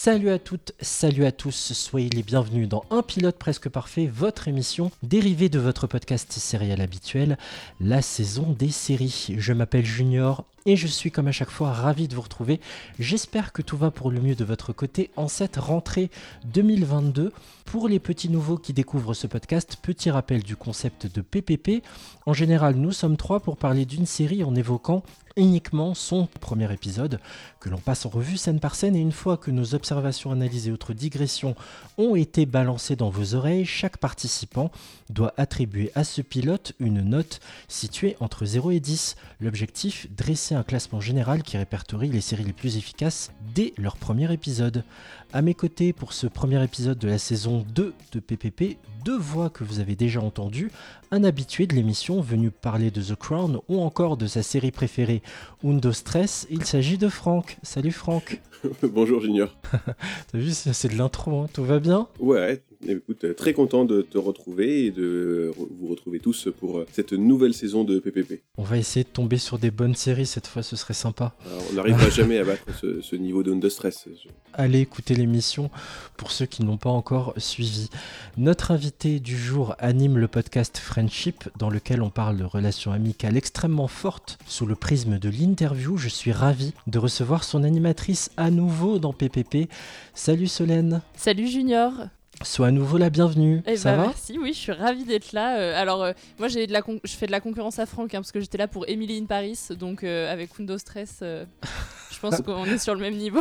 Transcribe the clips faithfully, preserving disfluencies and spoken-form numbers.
Salut à toutes, salut à tous, soyez les bienvenus dans Un Pilote Presque Parfait, votre émission dérivée de votre podcast sérial habituel, la saison des séries. Je m'appelle Junior et je suis comme à chaque fois ravi de vous retrouver. J'espère que tout va pour le mieux de votre côté en cette rentrée deux mille vingt-deux. Pour les petits nouveaux qui découvrent ce podcast, petit rappel du concept de P P P. En général, nous sommes trois pour parler d'une série en évoquant uniquement son premier épisode, que l'on passe en revue scène par scène, et une fois que nos observations, analyses et autres digressions ont été balancées dans vos oreilles, chaque participant doit attribuer à ce pilote une note située entre zéro et dix. L'objectif, dresser un classement général qui répertorie les séries les plus efficaces dès leur premier épisode. À mes côtés, pour ce premier épisode de la saison deux de P P P, deux voix que vous avez déjà entendues, un habitué de l'émission venu parler de The Crown ou encore de sa série préférée Undo Stress, il s'agit de Franck. Salut Franck. Bonjour Junior. T'as vu, c'est de l'intro, hein. Tout va bien ? Ouais, écoute, très content de te retrouver et de vous retrouver tous pour cette nouvelle saison de P P P. On va essayer de tomber sur des bonnes séries cette fois, ce serait sympa. Alors, on n'arrivera jamais à battre ce, ce niveau de stress. Je... Allez écouter l'émission pour ceux qui n'ont pas encore suivi. Notre invité du jour anime le podcast Friendship, dans lequel on parle de relations amicales extrêmement fortes sous le prisme de l'interview. Je suis ravi de recevoir son animatrice à nouveau dans P P P. Salut Solène. Salut Junior. Sois à nouveau la bienvenue. Eh Ça bah, va ? merci, oui, je suis ravie d'être là. Euh, alors, euh, moi, j'ai de la con- je fais de la concurrence à Franck, hein, parce que j'étais là pour Emily in Paris, donc euh, avec Undo Stress, euh, je pense qu'on est sur le même niveau.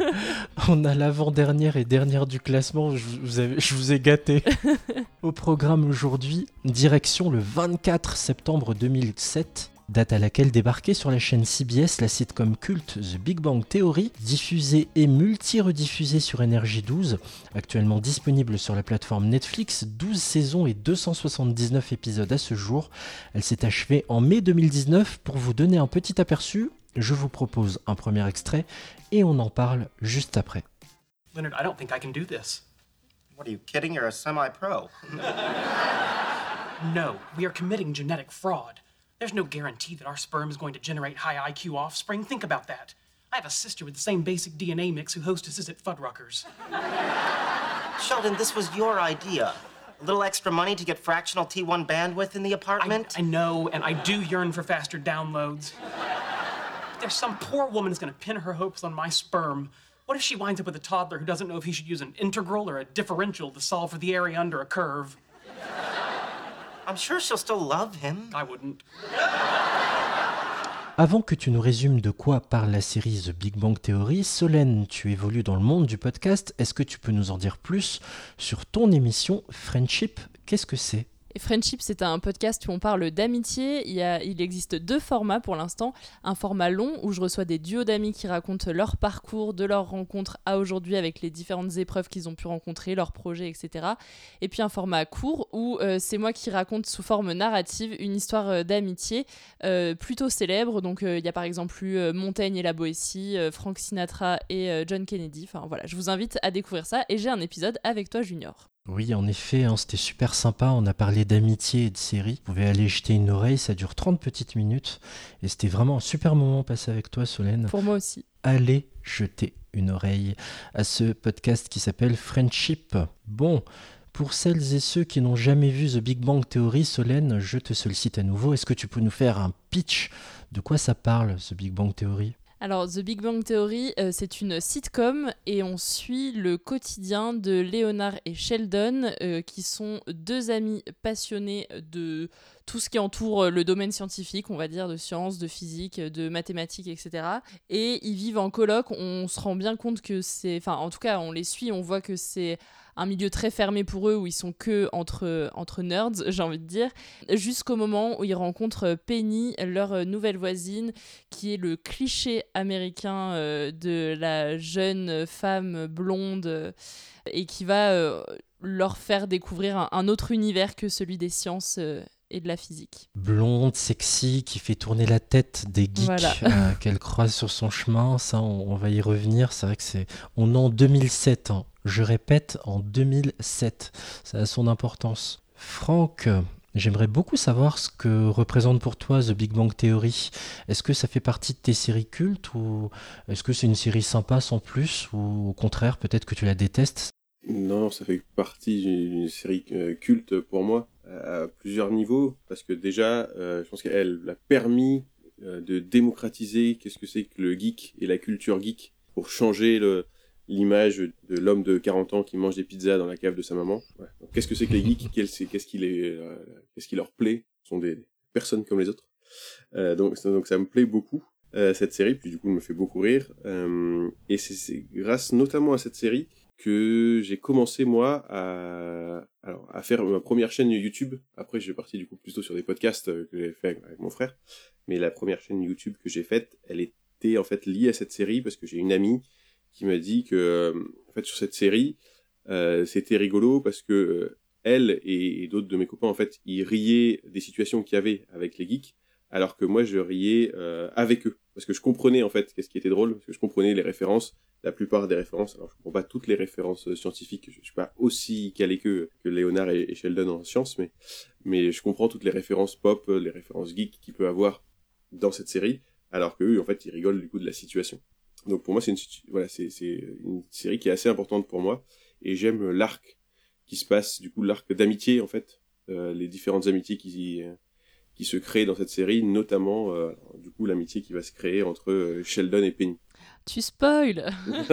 On a l'avant-dernière et dernière du classement, je vous, avais, je vous ai gâté. Au programme aujourd'hui, direction le vingt-quatre septembre deux mille sept. Date à laquelle débarquait sur la chaîne C B S la sitcom culte The Big Bang Theory, diffusée et multi-rediffusée sur Énergie douze, actuellement disponible sur la plateforme Netflix, douze saisons et deux cent soixante-dix-neuf épisodes à ce jour. Elle s'est achevée en mai deux mille dix-neuf. Pour vous donner un petit aperçu, je vous propose un premier extrait et on en parle juste après. Leonard, I don't think I can do this. What, are you kidding? You're a semi-pro. No, we are committing genetic fraud. There's no guarantee that our sperm is going to generate high I Q offspring. Think about that. I have a sister with the same basic D N A mix who hostesses at Fuddruckers. Sheldon, this was your idea. A little extra money to get fractional T one bandwidth in the apartment? I, I know, and I do yearn for faster downloads. There's some poor woman who's going to pin her hopes on my sperm. What if she winds up with a toddler who doesn't know if he should use an integral or a differential to solve for the area under a curve? I'm sure she'll still love him. I wouldn't. Avant que tu nous résumes de quoi parle la série The Big Bang Theory, Solène, tu évolues dans le monde du podcast. Est-ce que tu peux nous en dire plus sur ton émission Friendship ? Qu'est-ce que c'est ? Et Friendship, c'est un podcast où on parle d'amitié. Il, y a, il existe deux formats pour l'instant. Un format long où je reçois des duos d'amis qui racontent leur parcours, de leur rencontre à aujourd'hui avec les différentes épreuves qu'ils ont pu rencontrer, leurs projets, et cetera. Et puis un format court où euh, c'est moi qui raconte sous forme narrative une histoire euh, d'amitié euh, plutôt célèbre. Donc il euh, y a par exemple eu euh, Montaigne et la Boétie, euh, Frank Sinatra et euh, John Kennedy. Enfin voilà, je vous invite à découvrir ça. Et j'ai un épisode avec toi, Junior. Oui, en effet, hein, c'était super sympa, on a parlé d'amitié et de séries. Vous pouvez aller jeter une oreille, ça dure trente petites minutes. Et c'était vraiment un super moment passé avec toi, Solène. Pour moi aussi. Allez jeter une oreille à ce podcast qui s'appelle Friendship. Bon, pour celles et ceux qui n'ont jamais vu The Big Bang Theory, Solène, je te sollicite à nouveau. Est-ce que tu peux nous faire un pitch ? De quoi ça parle, The Big Bang Theory ? Alors, The Big Bang Theory, euh, c'est une sitcom et on suit le quotidien de Leonard et Sheldon, euh, qui sont deux amis passionnés de tout ce qui entoure le domaine scientifique, on va dire, de sciences, de physique, de mathématiques, et cetera. Et ils vivent en coloc, on se rend bien compte que c'est... Enfin, en tout cas, on les suit, on voit que c'est un milieu très fermé pour eux, où ils sont que entre, entre nerds, j'ai envie de dire, jusqu'au moment où ils rencontrent Penny, leur nouvelle voisine, qui est le cliché américain euh, de la jeune femme blonde, euh, et qui va euh, leur faire découvrir un, un autre univers que celui des sciences euh, et de la physique. Blonde, sexy, qui fait tourner la tête des geeks voilà. euh, qu'elle croise sur son chemin, ça on, on va y revenir, c'est vrai que c'est... On est en deux mille sept, hein. Je répète, en deux mille sept, ça a son importance. Franck, J'aimerais beaucoup savoir ce que représente pour toi The Big Bang Theory. Est-ce que ça fait partie de tes séries cultes ou est-ce que c'est une série sympa sans plus ou au contraire peut-être que tu la détestes? Non, ça fait partie d'une série euh, culte pour moi à plusieurs niveaux, parce que déjà, euh, je pense qu'elle a permis euh, de démocratiser qu'est-ce que c'est que le geek et la culture geek pour changer le, l'image de l'homme de quarante ans qui mange des pizzas dans la cave de sa maman. Ouais. Donc, qu'est-ce que c'est que les geeks? Qu'est-ce, qu'est-ce, qui les, euh, qu'est-ce qui leur plaît? Ce sont des personnes comme les autres. Euh, donc, donc ça me plaît beaucoup, euh, cette série, puis du coup, elle me fait beaucoup rire. Euh, et c'est, c'est grâce notamment à cette série que j'ai commencé moi à alors à faire ma première chaîne YouTube. Après j'ai parti du coup plutôt sur des podcasts que j'ai fait avec mon frère, mais la première chaîne YouTube que j'ai faite, elle était en fait liée à cette série parce que j'ai une amie qui m'a dit que en fait sur cette série euh, c'était rigolo parce que euh, elle et, et d'autres de mes copains en fait ils riaient des situations qu'il y avait avec les geeks, alors que moi je riais euh, avec eux parce que je comprenais en fait qu'est-ce qui était drôle, parce que je comprenais les références, la plupart des références. Alors je comprends pas toutes les références scientifiques, je suis pas aussi calé que, que Léonard et, et Sheldon en sciences, mais mais je comprends toutes les références pop, les références geek qu'il peut avoir dans cette série, alors que eux en fait ils rigolent du coup de la situation. Donc pour moi c'est une voilà c'est c'est une série qui est assez importante pour moi, et j'aime l'arc qui se passe, du coup l'arc d'amitié en fait, euh, les différentes amitiés qui qui se créent dans cette série, notamment euh, du coup l'amitié qui va se créer entre euh, Sheldon et Penny. Tu spoil.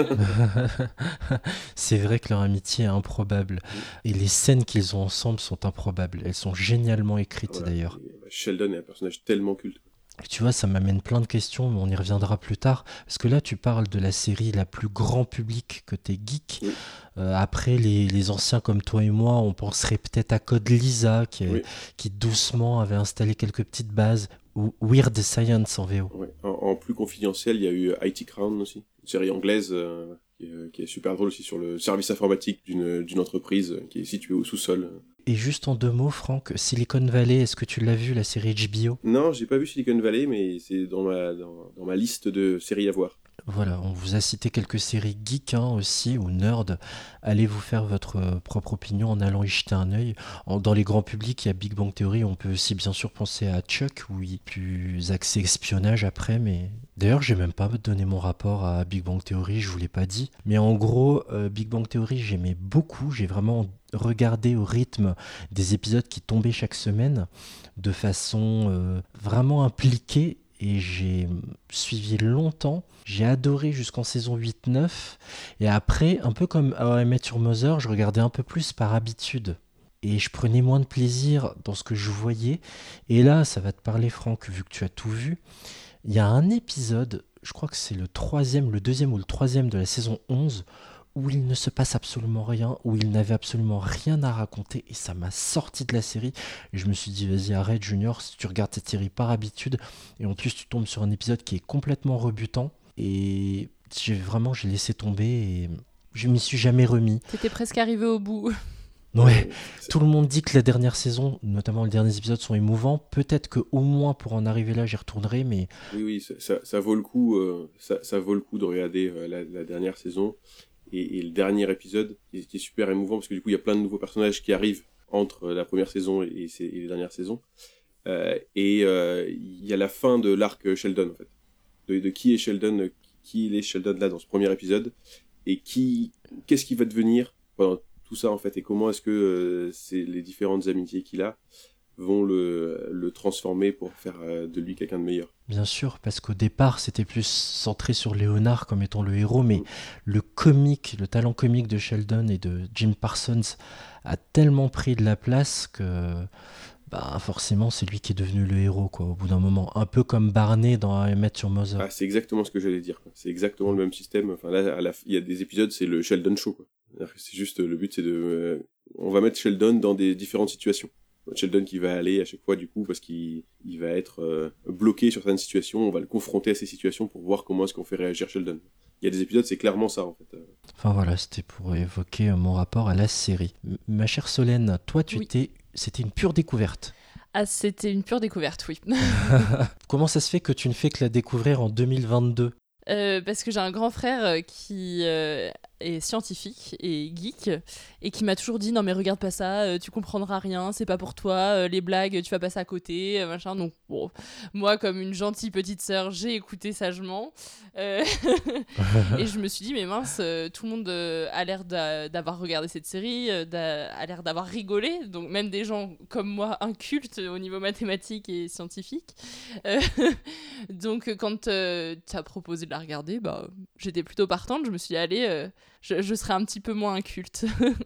C'est vrai que leur amitié est improbable. Et les scènes qu'ils ont ensemble sont improbables. Elles sont génialement écrites Voilà. d'ailleurs. Et, bah, Sheldon est un personnage tellement culte. Et tu vois, ça m'amène plein de questions, mais on y reviendra plus tard. Parce que là, tu parles de la série la plus grand public que t'es geek. Oui. Euh, après, les, les anciens comme toi et moi, on penserait peut-être à Code Lysa, qui, Oui. qui doucement avait installé quelques petites bases. Ou Weird Science en V O. Ouais. En, en plus confidentiel, il y a eu I T Crown aussi, une série anglaise euh, qui, est, qui est super drôle aussi sur le service informatique d'une, d'une entreprise qui est située au sous-sol. Et juste en deux mots, Franck, Silicon Valley, est-ce que tu l'as vu, la série H B O? Non, j'ai pas vu Silicon Valley, mais c'est dans ma, dans, dans ma liste de séries à voir. Voilà, on vous a cité quelques séries geeks hein, aussi, ou nerd. Allez vous faire votre euh, propre opinion en allant y jeter un œil. En- Dans les grands publics, il y a Big Bang Theory. On peut aussi bien sûr penser à Chuck, où il est plus axé espionnage après. Mais d'ailleurs, j'ai même pas donné mon rapport à Big Bang Theory, je vous l'ai pas dit. Mais en gros, euh, Big Bang Theory, j'aimais beaucoup. J'ai vraiment regardé au rythme des épisodes qui tombaient chaque semaine, de façon euh, vraiment impliquée. Et j'ai suivi longtemps. J'ai adoré jusqu'en saison huit neuf. Et après, un peu comme How I Met Your Mother, je regardais un peu plus par habitude. Et je prenais moins de plaisir dans ce que je voyais. Et là, ça va te parler, Franck, vu que tu as tout vu. Il y a un épisode, je crois que c'est le troisième, le deuxième ou le troisième de la saison onze, où il ne se passe absolument rien, où il n'avait absolument rien à raconter, et ça m'a sorti de la série. Et je me suis dit, vas-y, arrête, Junior, si tu regardes cette série par habitude, et en plus tu tombes sur un épisode qui est complètement rebutant, et j'ai vraiment, j'ai laissé tomber, et je m'y suis jamais remis. T'étais presque arrivé au bout. Ouais, C'est- tout le monde dit que la dernière saison, notamment les derniers épisodes, sont émouvants. Peut-être que au moins pour en arriver là, j'y retournerai, mais Oui, oui, ça, ça, ça vaut le coup. Euh, ça, ça vaut le coup de regarder euh, la, la dernière saison et, et le dernier épisode qui, est- qui est super émouvant parce que du coup il y a plein de nouveaux personnages qui arrivent entre la première saison et, et ces- et les dernières saisons. Euh, et euh, il y a la fin de l'arc Sheldon en fait. De, de qui est Sheldon, euh, qui il est Sheldon là dans ce premier épisode, et qui, qu'est-ce qu'il va devenir pendant tout ça en fait, et comment est-ce que euh, c'est les différentes amitiés qu'il a vont le, le transformer pour faire euh, de lui quelqu'un de meilleur. bien sûr, parce qu'au départ, c'était plus centré sur Léonard comme étant le héros, mais Mm. le comique, le talent comique de Sheldon et de Jim Parsons a tellement pris de la place que bah, forcément, c'est lui qui est devenu le héros, quoi, au bout d'un moment. Un peu comme Barney dans How I Met Your Mother. Ah, c'est exactement ce que j'allais dire, quoi. C'est exactement le même système. Enfin là, à la, il y a des épisodes, c'est le Sheldon Show, quoi. C'est-à-dire que c'est juste, le but c'est de, euh, on va mettre Sheldon dans des différentes situations. Sheldon qui va aller à chaque fois du coup parce qu'il il va être euh, bloqué sur certaines situations, on va le confronter à ces situations pour voir comment est-ce qu'on fait réagir Sheldon. Il y a des épisodes, c'est clairement ça en fait. Enfin voilà, c'était pour évoquer euh, mon rapport à la série. M- ma chère Solène, toi, tu Oui. étais, c'était une pure découverte. Ah, c'était une pure découverte, oui. Comment ça se fait que tu ne fais que la découvrir en deux mille vingt-deux? Euh, parce que j'ai un grand frère euh, qui euh, est scientifique et geek et qui m'a toujours dit non mais regarde pas ça, euh, tu comprendras rien, c'est pas pour toi, euh, les blagues tu vas passer à côté, euh, machin. Donc bon, moi comme une gentille petite sœur, j'ai écouté sagement euh, et je me suis dit mais mince, euh, tout le monde euh, a l'air d'a- d'avoir regardé cette série, euh, d'a- a l'air d'avoir rigolé, donc même des gens comme moi incultes au niveau mathématique et scientifique. Euh, donc quand euh, tu as proposé de la regarder, bah, j'étais plutôt partante, je me suis dit allez, euh, je, je serai un petit peu moins inculte.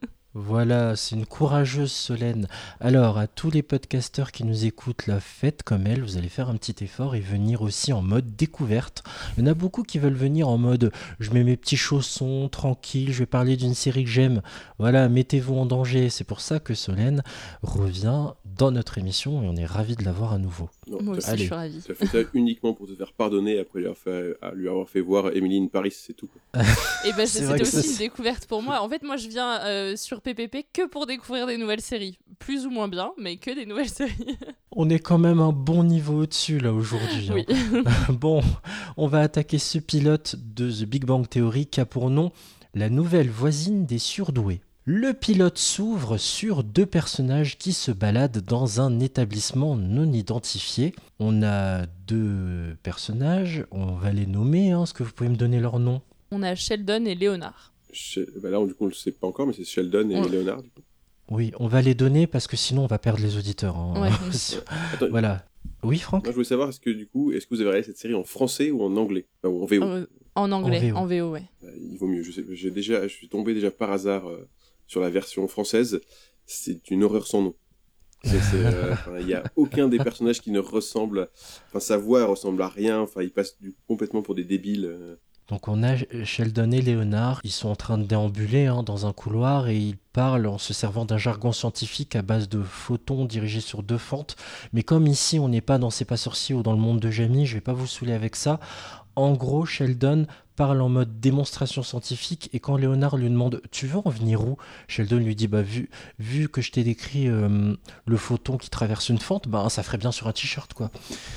Voilà, c'est une courageuse Solène. Alors, à tous les podcasteurs qui nous écoutent, là, faites comme elle, vous allez faire un petit effort et venir aussi en mode découverte. Il y en a beaucoup qui veulent venir en mode « je mets mes petits chaussons, tranquille, je vais parler d'une série que j'aime ». Voilà, mettez-vous en danger. C'est pour ça que Solène revient dans notre émission et on est ravis de la voir à nouveau. Non, Moi t'as- aussi, allez. je suis ravie. Tu as fait ça uniquement pour te faire pardonner après lui avoir fait, à lui avoir fait voir Emily in Paris, c'est tout. quoi. Et ben C'est vrai c'était que ça, aussi une c'est- découverte pour moi. En fait, moi, je viens euh, sur P P P que pour découvrir des nouvelles séries. Plus ou moins bien, mais que des nouvelles séries. On est quand même un bon niveau au-dessus, là, aujourd'hui. hein. Oui. Bon, on va attaquer ce pilote de The Big Bang Theory qui a pour nom La nouvelle voisine des surdoués. Le pilote s'ouvre sur deux personnages qui se baladent dans un établissement non identifié. On a deux personnages, on va les nommer, hein. Est-ce que vous pouvez me donner leur nom ? On a Sheldon et Léonard. She- bah là, du coup, on le sait pas encore, mais c'est Sheldon et Ouais. Leonard. Du coup. Oui, on va les donner parce que sinon on va perdre les auditeurs. hein. Ouais. Attends, Voilà. Oui, Franck ? moi, je voulais savoir, est-ce que du coup, est-ce que vous avez regardé cette série en français ou en anglais, enfin, ou en V O? Euh, en anglais, En en V O. V O, ouais. Euh, Il vaut mieux. Je, sais, j'ai déjà, je suis tombé déjà par hasard euh, sur la version française. C'est une horreur sans nom. C'est- c'est, euh, enfin, Il n'y a aucun des personnages qui ne ressemble. Enfin, sa voix elle ressemble à rien. Enfin, ils passent du, complètement pour des débiles. euh. Donc on a Sheldon et Leonard, ils sont en train de déambuler hein, dans un couloir et ils parlent en se servant d'un jargon scientifique à base de photons dirigés sur deux fentes. Mais comme ici on n'est pas dans C'est pas sorcier ou dans le monde de Jamie, je vais pas vous saouler avec ça. En gros, Sheldon parle en mode démonstration scientifique et quand Leonard lui demande « tu veux en venir où ?» Sheldon lui dit bah, « vu, vu que je t'ai décrit euh, le photon qui traverse une fente, bah, ça ferait bien sur un t-shirt quoi. »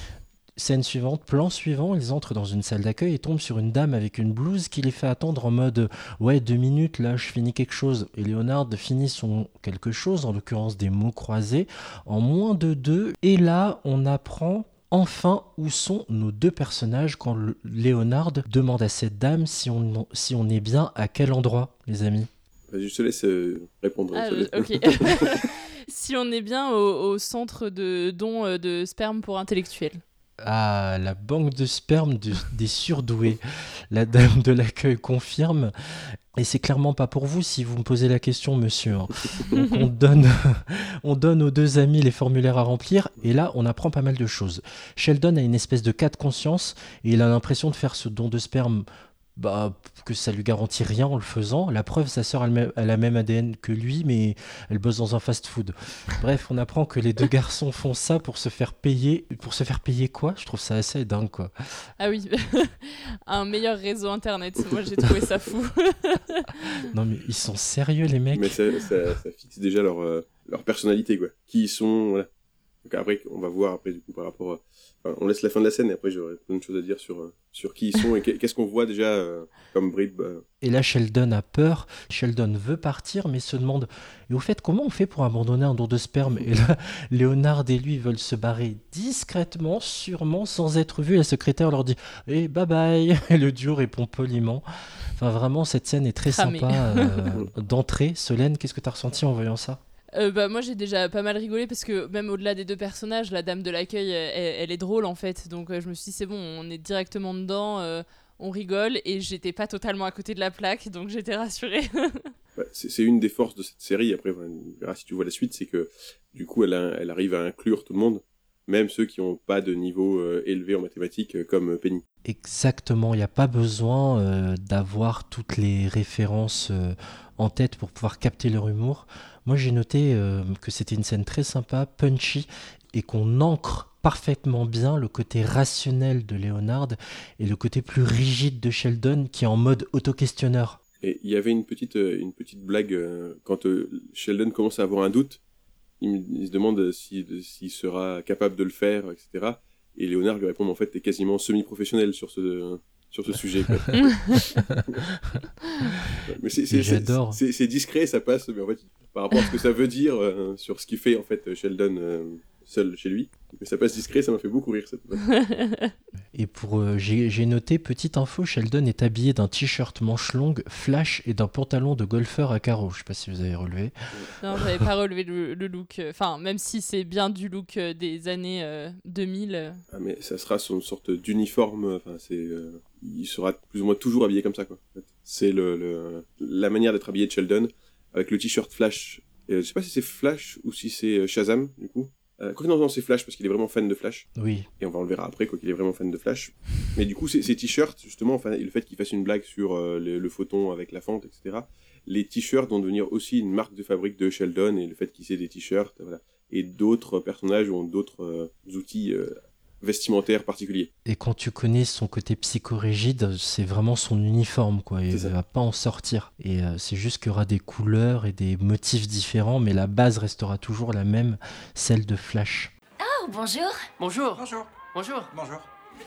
Scène suivante, plan suivant, ils entrent dans une salle d'accueil et tombent sur une dame avec une blouse qui les fait attendre en mode « ouais, deux minutes, là, je finis quelque chose ». Et Leonard finit son quelque chose, en l'occurrence des mots croisés, en moins de deux. Et là, on apprend enfin où sont nos deux personnages quand le- Leonard demande à cette dame si on, si on est bien à quel endroit, les amis. Vas-y, je te laisse euh, répondre. Ah, je te laisse- ok. Si on est bien au, au centre de dons euh, de sperme pour intellectuels. Ah, la banque de sperme de- des surdoués. La dame de l'accueil confirme. Et c'est clairement pas pour vous si vous me posez la question, monsieur. hein. Donc on donne, on donne aux deux amis les formulaires à remplir. Et là, on apprend pas mal de choses. Sheldon a une espèce de cas de conscience. Et il a l'impression de faire ce don de sperme. Bah, que ça lui garantit rien en le faisant. La preuve, sa sœur a le même- a la même A D N que lui, mais elle bosse dans un fast-food. Bref, on apprend que les deux garçons font ça pour se faire payer. Pour se faire payer quoi ? Je trouve ça assez dingue, quoi. Ah oui, un meilleur réseau internet. Moi, j'ai trouvé ça fou. Non, mais ils sont sérieux, les mecs. Mais ça, ça, ça fixe déjà leur, euh, leur personnalité, quoi. Qui ils sont, voilà. Donc après, on va voir après, du coup, par rapport à... Enfin, on laisse la fin de la scène et après, j'aurai plein de choses à dire sur, euh, sur qui ils sont et qu'est-ce qu'on voit déjà euh, comme bribe. euh. Et là, Sheldon a peur. Sheldon veut partir, mais se demande et au fait, comment on fait pour abandonner un don de sperme ? Et là, Leonard et lui veulent se barrer discrètement, sûrement, sans être vus. La secrétaire leur dit eh, bye bye. Et le duo répond poliment. Enfin, vraiment, cette scène est très Cramé. sympa euh, d'entrée. Solène, qu'est-ce que tu as ressenti en voyant ça ? Euh, bah, moi j'ai déjà pas mal rigolé parce que même au-delà des deux personnages, la dame de l'accueil elle, elle est drôle en fait, donc euh, je me suis dit c'est bon, on est directement dedans, euh, on rigole et j'étais pas totalement à côté de la plaque donc j'étais rassurée. Bah, c'est c'est une des forces de cette série. Après, voilà, on verra si tu vois la suite, c'est que du coup, elle, a- elle arrive à inclure tout le monde, même ceux qui n'ont pas de niveau euh, élevé en mathématiques euh, comme Penny. Exactement, il n'y a pas besoin euh, d'avoir toutes les références euh, en tête pour pouvoir capter leur humour. Moi, j'ai noté euh, que c'était une scène très sympa, punchy, et qu'on ancre parfaitement bien le côté rationnel de Leonard et le côté plus rigide de Sheldon qui est en mode auto-questionneur. Et il y avait une petite, euh, une petite blague euh, quand euh, Sheldon commence à avoir un doute. Il, me- il se demande s'il s'il sera capable de le faire, et cetera. Et Léonard lui répond en fait, t'es quasiment semi-professionnel sur ce, sur ce sujet. Quoi. mais c'est, c'est, J'adore. C'est, c'est, c'est discret, ça passe, mais en fait, par rapport à ce que ça veut dire euh, sur ce qu'il fait en fait Sheldon euh, seul chez lui, mais ça passe discret, ça m'a fait beaucoup rire. Cette Et pour euh, j'ai, j'ai noté, petite info, Sheldon est habillé d'un t-shirt manche longue, flash et d'un pantalon de golfeur à carreaux. Je sais pas si vous avez relevé. Non, j'avais pas relevé le, le look. Enfin, même si c'est bien du look euh, des années euh, deux mille. Euh. Ah, mais ça sera son sorte d'uniforme. Enfin, c'est, euh, il sera plus ou moins toujours habillé comme ça, quoi. En fait. C'est le, le la manière d'être habillé de Sheldon avec le t-shirt Flash. Et, je sais pas si c'est Flash ou si c'est Shazam du coup. Euh, quoi que non, non, c'est Flash parce qu'il est vraiment fan de Flash. Oui. Et on va on le verra après, quoi qu'il est vraiment fan de Flash. Mais du coup, ces, ces t-shirts, justement, enfin, et le fait qu'il fasse une blague sur euh, le, le photon avec la fente, et cetera. Les t-shirts vont devenir aussi une marque de fabrique de Sheldon et le fait qu'il ait des t-shirts, voilà. Et d'autres personnages ont d'autres euh, outils euh, vestimentaires particuliers. Et quand tu connais son côté psychorigide, c'est vraiment son uniforme, quoi. Il C'est ne va pas en sortir. Et euh, c'est juste qu'il y aura des couleurs et des motifs différents, mais la base restera toujours la même, celle de Flash. Oh, bonjour. Bonjour. Bonjour. Bonjour. Bonjour.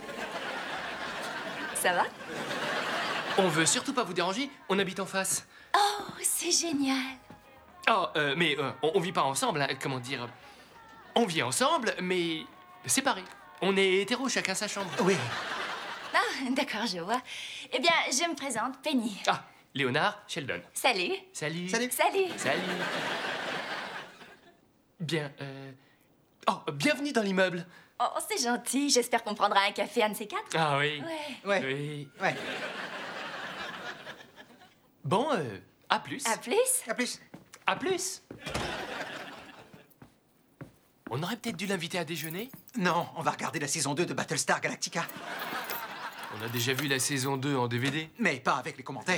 Ça va? On veut surtout pas vous déranger, on habite en face. Oh, c'est génial. Oh, euh, mais euh, on, on vit pas ensemble, hein, comment dire. On vit ensemble, mais séparés. On est hétéros, chacun sa chambre. Oui. Ah, d'accord, je vois. Eh bien, je me présente, Penny. Ah, Léonard, Sheldon. Salut. Salut. Salut. Salut. Salut. Bien, euh... Oh, bienvenue dans l'immeuble. Oh, c'est gentil. J'espère qu'on prendra un café, un de ces quatre. Ah oui. Ouais. Ouais. Oui. Ouais. Bon, euh, à plus. À plus. À plus. À plus. On aurait peut-être dû l'inviter à déjeuner. Non, on va regarder la saison deux de Battlestar Galactica. On a déjà vu la saison deux en D V D. Mais pas avec les commentaires.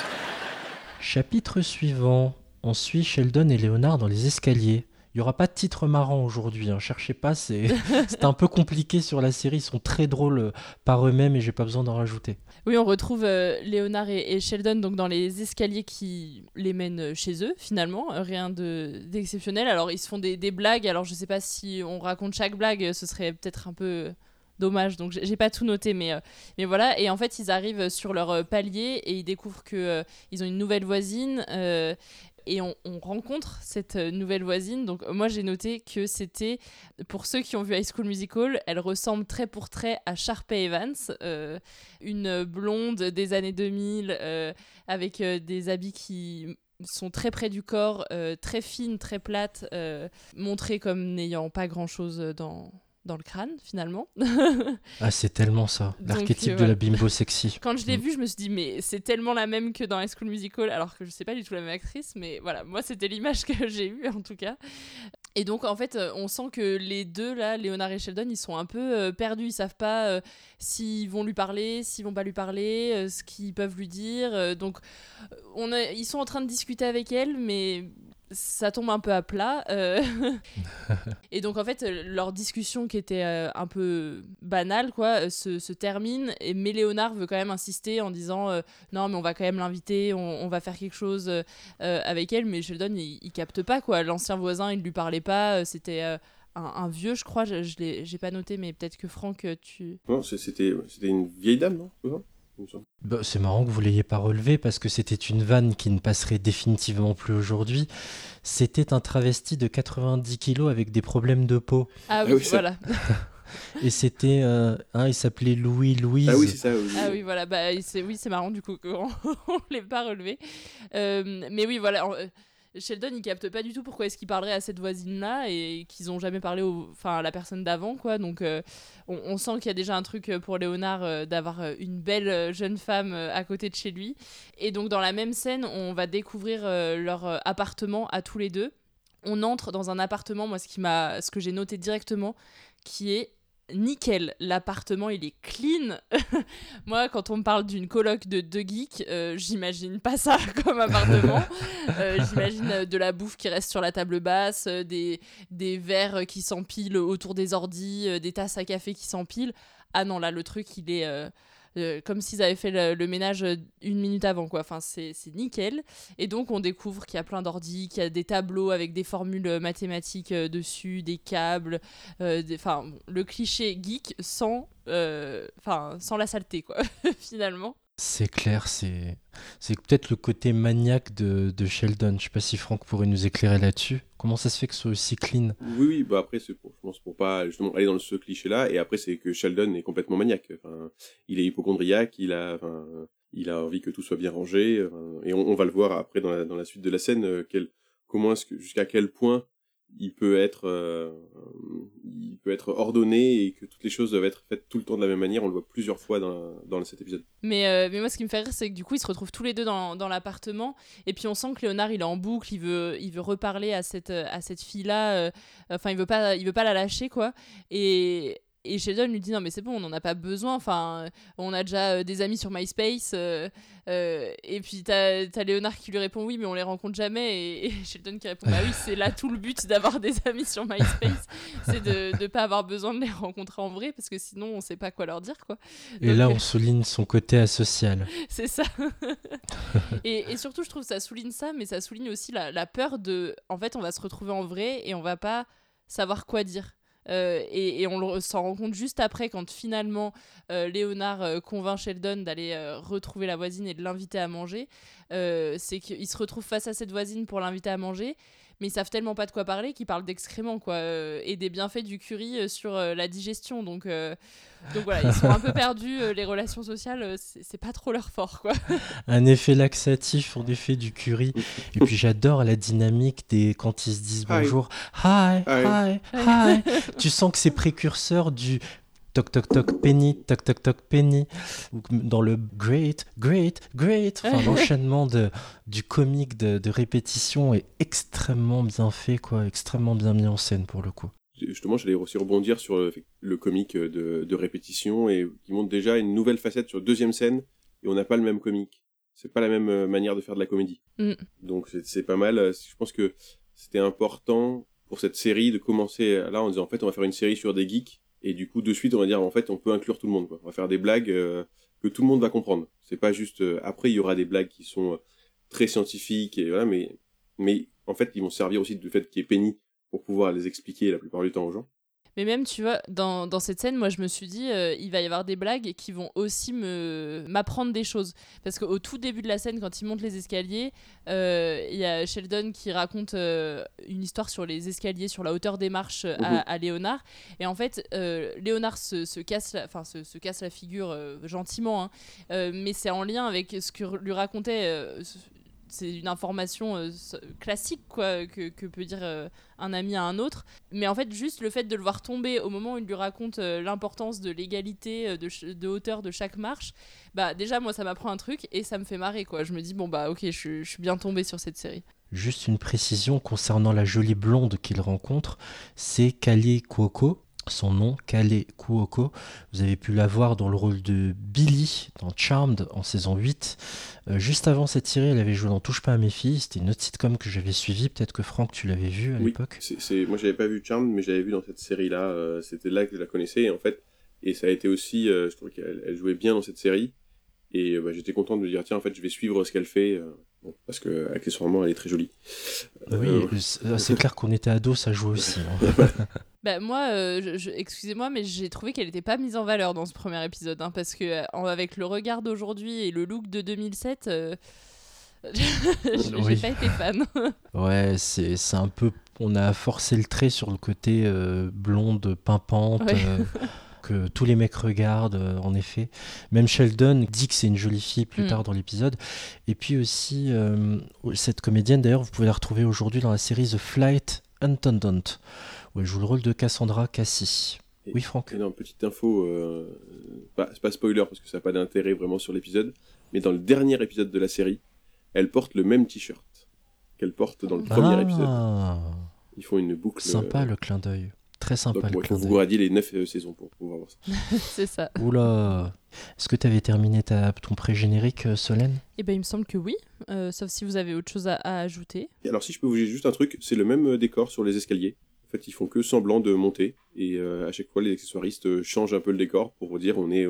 Chapitre suivant. On suit Sheldon et Léonard dans les escaliers. Il n'y aura pas de titre marrant aujourd'hui, hein. Cherchez pas, c'est... c'est un peu compliqué sur la série, ils sont très drôles par eux-mêmes et j'ai pas besoin d'en rajouter. Oui, on retrouve euh, Léonard et, et Sheldon donc, dans les escaliers qui les mènent chez eux, finalement. Euh, rien de, d'exceptionnel. Alors, ils se font des, des blagues. Alors, je sais pas si on raconte chaque blague, ce serait peut-être un peu dommage. Donc, j'ai, j'ai pas tout noté, mais, euh, mais voilà. Et en fait, ils arrivent sur leur euh, palier et ils découvrent qu'ils euh, ont une nouvelle voisine. Euh, Et on, on rencontre cette nouvelle voisine. Donc moi j'ai noté que c'était, pour ceux qui ont vu High School Musical, elle ressemble trait pour trait à Sharpay Evans, euh, une blonde des années deux mille euh, avec euh, des habits qui sont très près du corps, euh, très fines, très plates, euh, montrée comme n'ayant pas grand chose dans... dans le crâne finalement. Ah, c'est tellement ça, l'archétype Donc, de euh, la bimbo sexy. Quand je l'ai Mm. vue, je me suis dit mais c'est tellement la même que dans High School Musical, alors que je sais pas du tout la même actrice, mais voilà, moi c'était l'image que j'ai eue en tout cas. Et donc en fait, on sent que les deux là, Léonard et Sheldon, ils sont un peu euh, perdus, ils savent pas euh, s'ils vont lui parler, s'ils vont pas lui parler, euh, ce qu'ils peuvent lui dire. Euh, donc on a, ils sont en train de discuter avec elle, mais ça tombe un peu à plat. Euh... et donc, en fait, leur discussion qui était euh, un peu banale, quoi, se, se termine. Et, mais Léonard veut quand même insister en disant euh, non, mais on va quand même l'inviter, on, on va faire quelque chose euh, avec elle. Mais Sheldon, il, il capte pas, quoi. L'ancien voisin, il lui parlait pas. C'était euh, un, un vieux, je crois. Je, je l'ai, j'ai pas noté, mais peut-être que Franck, tu. Non, c'était, c'était une vieille dame, non? Bah, c'est marrant que vous l'ayez pas relevé parce que c'était une vanne qui ne passerait définitivement plus aujourd'hui. C'était un travesti de quatre-vingt-dix kilos avec des problèmes de peau. Ah oui, Ah oui, ça- voilà. Et c'était euh, un, il s'appelait Louis Louise. Ah oui, c'est ça. Oui. Ah oui, voilà, bah, c'est, oui, c'est marrant du coup qu'on ne l'ait pas relevé. Euh, mais oui, voilà, en- euh, Sheldon, il capte pas du tout pourquoi est-ce qu'il parlerait à cette voisine-là et qu'ils ont jamais parlé au, enfin, à la personne d'avant, quoi. Donc, euh, on, on sent qu'il y a déjà un truc pour Léonard euh, d'avoir euh, une belle euh, jeune femme euh, à côté de chez lui. Et donc, dans la même scène, on va découvrir euh, leur euh, appartement à tous les deux. On entre dans un appartement, moi, ce, qui m'a, ce que j'ai noté directement, qui est nickel. L'appartement, il est clean. Moi, quand on me parle d'une coloc de deux geeks, euh, j'imagine pas ça comme appartement. Euh, j'imagine euh, de la bouffe qui reste sur la table basse, euh, des, des verres qui s'empilent autour des ordis, euh, des tasses à café qui s'empilent. Ah non, là, le truc, il est... euh, euh, comme s'ils avaient fait le, le ménage une minute avant, quoi. Enfin, c'est, c'est nickel. Et donc, on découvre qu'il y a plein d'ordi, qu'il y a des tableaux avec des formules mathématiques euh, dessus, des câbles, euh, des, enfin, le cliché geek sans, euh, enfin, sans la saleté, quoi, finalement. C'est clair, c'est, c'est peut-être le côté maniaque de, de Sheldon. Je sais pas si Franck pourrait nous éclairer là-dessus. Comment ça se fait que ce soit aussi clean ? Oui, oui, bah après, c'est pour, je pense pour pas justement aller dans ce cliché-là. Et après, c'est que Sheldon est complètement maniaque. Enfin, il est hypocondriaque, il a, enfin, il a envie que tout soit bien rangé. Enfin, et on, on va le voir après dans la, dans la suite de la scène, euh, quel, comment est-ce que, jusqu'à quel point il peut être, euh, il peut être ordonné et que toutes les choses doivent être faites tout le temps de la même manière. On le voit plusieurs fois dans, dans cet épisode. Mais, euh, mais moi, ce qui me fait rire, c'est que du coup, ils se retrouvent tous les deux dans, dans l'appartement. Et puis, on sent que Léonard, il est en boucle. Il veut, il veut reparler à cette, à cette fille-là. Euh, enfin, il veut pas, il veut pas la lâcher, quoi. Et... Et Sheldon lui dit non mais c'est bon, on n'en a pas besoin, enfin on a déjà euh, des amis sur MySpace euh, euh, et puis t'as, t'as Léonard qui lui répond oui mais on les rencontre jamais et, et Sheldon qui répond bah oui c'est là tout le but d'avoir des amis sur MySpace, c'est de ne pas avoir besoin de les rencontrer en vrai parce que sinon on sait pas quoi leur dire quoi. Et donc, là on souligne son côté asocial. C'est ça. et, et surtout je trouve que ça souligne ça mais ça souligne aussi la, la peur de en fait on va se retrouver en vrai et on va pas savoir quoi dire. Euh, et, et on le, s'en rend compte juste après quand finalement euh, Léonard euh, convainc Sheldon d'aller euh, retrouver la voisine et de l'inviter à manger. Euh, c'est qu'il se retrouve face à cette voisine pour l'inviter à manger mais ils savent tellement pas de quoi parler qu'ils parlent d'excréments quoi, euh, et des bienfaits du curry euh, sur euh, la digestion donc, euh, donc voilà ils sont un peu perdus, euh, les relations sociales euh, c'est, c'est pas trop leur fort quoi. Un effet laxatif en effet du curry et puis j'adore la dynamique des quand ils se disent bonjour hi hi hi, hi. Tu sens que c'est précurseur du toc toc toc Penny, toc toc toc Penny, dans le great, great, great, enfin l'enchaînement de, du comique de, de répétition est extrêmement bien fait, quoi, extrêmement bien mis en scène pour le coup. Justement, j'allais aussi rebondir sur le, le comique de, de répétition et qui montre déjà une nouvelle facette sur deuxième scène et on n'a pas le même comique. C'est pas la même manière de faire de la comédie. Mm. Donc c'est, c'est pas mal. Je pense que c'était important pour cette série de commencer là en disant en fait on va faire une série sur des geeks. Et du coup, de suite, on va dire, en fait, on peut inclure tout le monde, quoi. On va faire des blagues euh, que tout le monde va comprendre. C'est pas juste... Euh, après, il y aura des blagues qui sont euh, très scientifiques, et voilà, mais, mais en fait, ils vont servir aussi du fait qu'il y ait Penny pour pouvoir les expliquer la plupart du temps aux gens. Mais même, tu vois, dans, dans cette scène, moi, je me suis dit, euh, il va y avoir des blagues qui vont aussi me, m'apprendre des choses. Parce qu'au tout début de la scène, quand ils montent les escaliers, il euh, y a Sheldon qui raconte euh, une histoire sur les escaliers, sur la hauteur des marches à, mmh. à Léonard. Et en fait, euh, Léonard se, se, casse la, se, se casse la figure euh, gentiment, hein, euh, mais c'est en lien avec ce que lui racontait... Euh, c'est une information euh, classique quoi, que, que peut dire euh, un ami à un autre. Mais en fait, juste le fait de le voir tomber au moment où il lui raconte euh, l'importance de l'égalité euh, de, ch- de hauteur de chaque marche, bah déjà, moi, ça m'apprend un truc et ça me fait marrer, quoi. Je me dis, bon, bah ok, je, je suis bien tombée sur cette série. Juste une précision concernant la jolie blonde qu'il rencontre, c'est Kaley Cuoco. Son nom, Kaley Cuoco. Vous avez pu la voir dans le rôle de Billy dans Charmed en saison huit. Euh, juste avant cette série, elle avait joué dans Touche pas à mes filles. C'était une autre sitcom que j'avais suivie. Peut-être que Franck, tu l'avais vue à oui, l'époque. C'est, c'est... Moi, j'avais pas vu Charmed, mais j'avais vu dans cette série-là. Euh, c'était là que je la connaissais. Et en fait, et ça a été aussi, euh, je trouvais qu'elle elle jouait bien dans cette série. Et euh, bah, j'étais content de me dire, tiens, en fait, je vais suivre ce qu'elle fait. Euh, bon, parce que accessoirement, elle est très jolie. Oui, euh... c'est clair qu'on était ados, ça joue aussi. Hein. Bah, moi, euh, je, je, excusez-moi, mais j'ai trouvé qu'elle n'était pas mise en valeur dans ce premier épisode, hein, parce que euh, avec le regard d'aujourd'hui et le look de deux mille sept, euh, j'ai oui. pas été fan. Ouais, c'est, c'est un peu... On a forcé le trait sur le côté euh, blonde, pimpante, ouais. euh, que tous les mecs regardent, euh, en effet. Même Sheldon dit que c'est une jolie fille plus mm. tard dans l'épisode. Et puis aussi, euh, cette comédienne, d'ailleurs, vous pouvez la retrouver aujourd'hui dans la série The Flight Attendant, où elle joue le rôle de Cassandra Cassie. Et, oui, Franck. Non, petite info, euh, pas, c'est pas spoiler parce que ça n'a pas d'intérêt vraiment sur l'épisode, mais dans le dernier épisode de la série, elle porte le même t-shirt qu'elle porte dans le premier ah. épisode. Ils font une boucle. Sympa euh... le clin d'œil. Très sympa. Donc, le ouais, clin il faut d'œil. vous radier les neuf euh, saisons pour pouvoir voir ça. C'est ça. Oula. Est-ce que tu avais terminé ta, ton pré-générique, euh, Solène ? Eh ben, il me semble que oui, euh, sauf si vous avez autre chose à, à ajouter. Et alors, si je peux vous dire juste un truc, c'est le même décor sur les escaliers. En fait, ils font que semblant de monter. Et euh, à chaque fois, les accessoiristes changent un peu le décor pour vous dire on est, euh,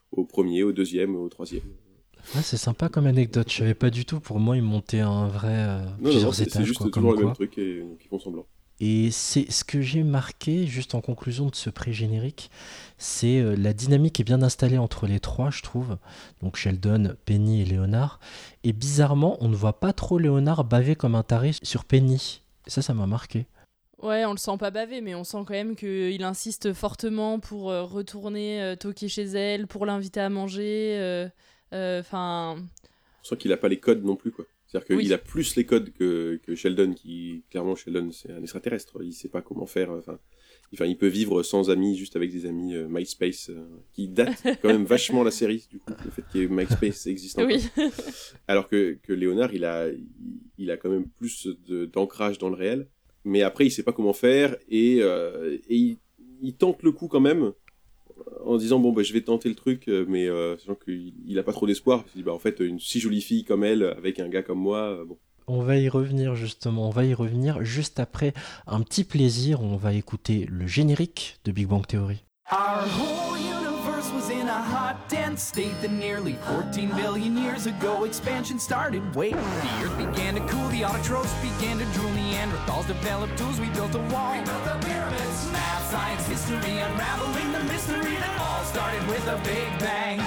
au premier, au deuxième, au troisième. Ouais, c'est sympa comme anecdote. Je savais pas du tout. Pour moi, ils montaient un vrai euh, Non, non, plusieurs non, c'est, étages. c'est juste quoi, toujours comme le même quoi. truc et donc ils font semblant. Et c'est ce que j'ai marqué, juste en conclusion de ce pré-générique, c'est euh, la dynamique est bien installée entre les trois, je trouve. Donc Sheldon, Penny et Léonard. Et bizarrement, on ne voit pas trop Léonard baver comme un taré sur Penny. Et ça, ça m'a marqué. Ouais, on le sent pas baver, mais on sent quand même qu'il insiste fortement pour euh, retourner euh, toquer chez elle, pour l'inviter à manger. Enfin. Euh, euh, On sent qu'il a pas les codes non plus, quoi. C'est-à-dire qu'il Oui. a plus les codes que, que Sheldon, qui, clairement, Sheldon, c'est un extraterrestre. Il sait pas comment faire. Enfin, enfin il peut vivre sans amis, juste avec des amis euh, MySpace, euh, qui datent quand même vachement la série, du coup, le fait que MySpace existe encore. oui. Alors que, que Léonard, il a, il, il a quand même plus de, d'ancrage dans le réel. Mais après, il sait pas comment faire, et, euh, et il, il tente le coup quand même, en disant bon bah je vais tenter le truc, mais euh, sachant qu'il il a pas trop d'espoir. Il se dit bah en fait une si jolie fille comme elle avec un gars comme moi, euh, bon. On va y revenir justement, on va y revenir juste après un petit plaisir. On va écouter le générique de Big Bang Theory. Our whole universe was in a hot, dense state that nearly fourteen billion years ago expansion started. Wait, the earth began to cool, the autotrophs began to drool, Neanderthals developed tools, we built a wall. We built the pyramids, math, science, history, unraveling the mystery that all started with a big bang.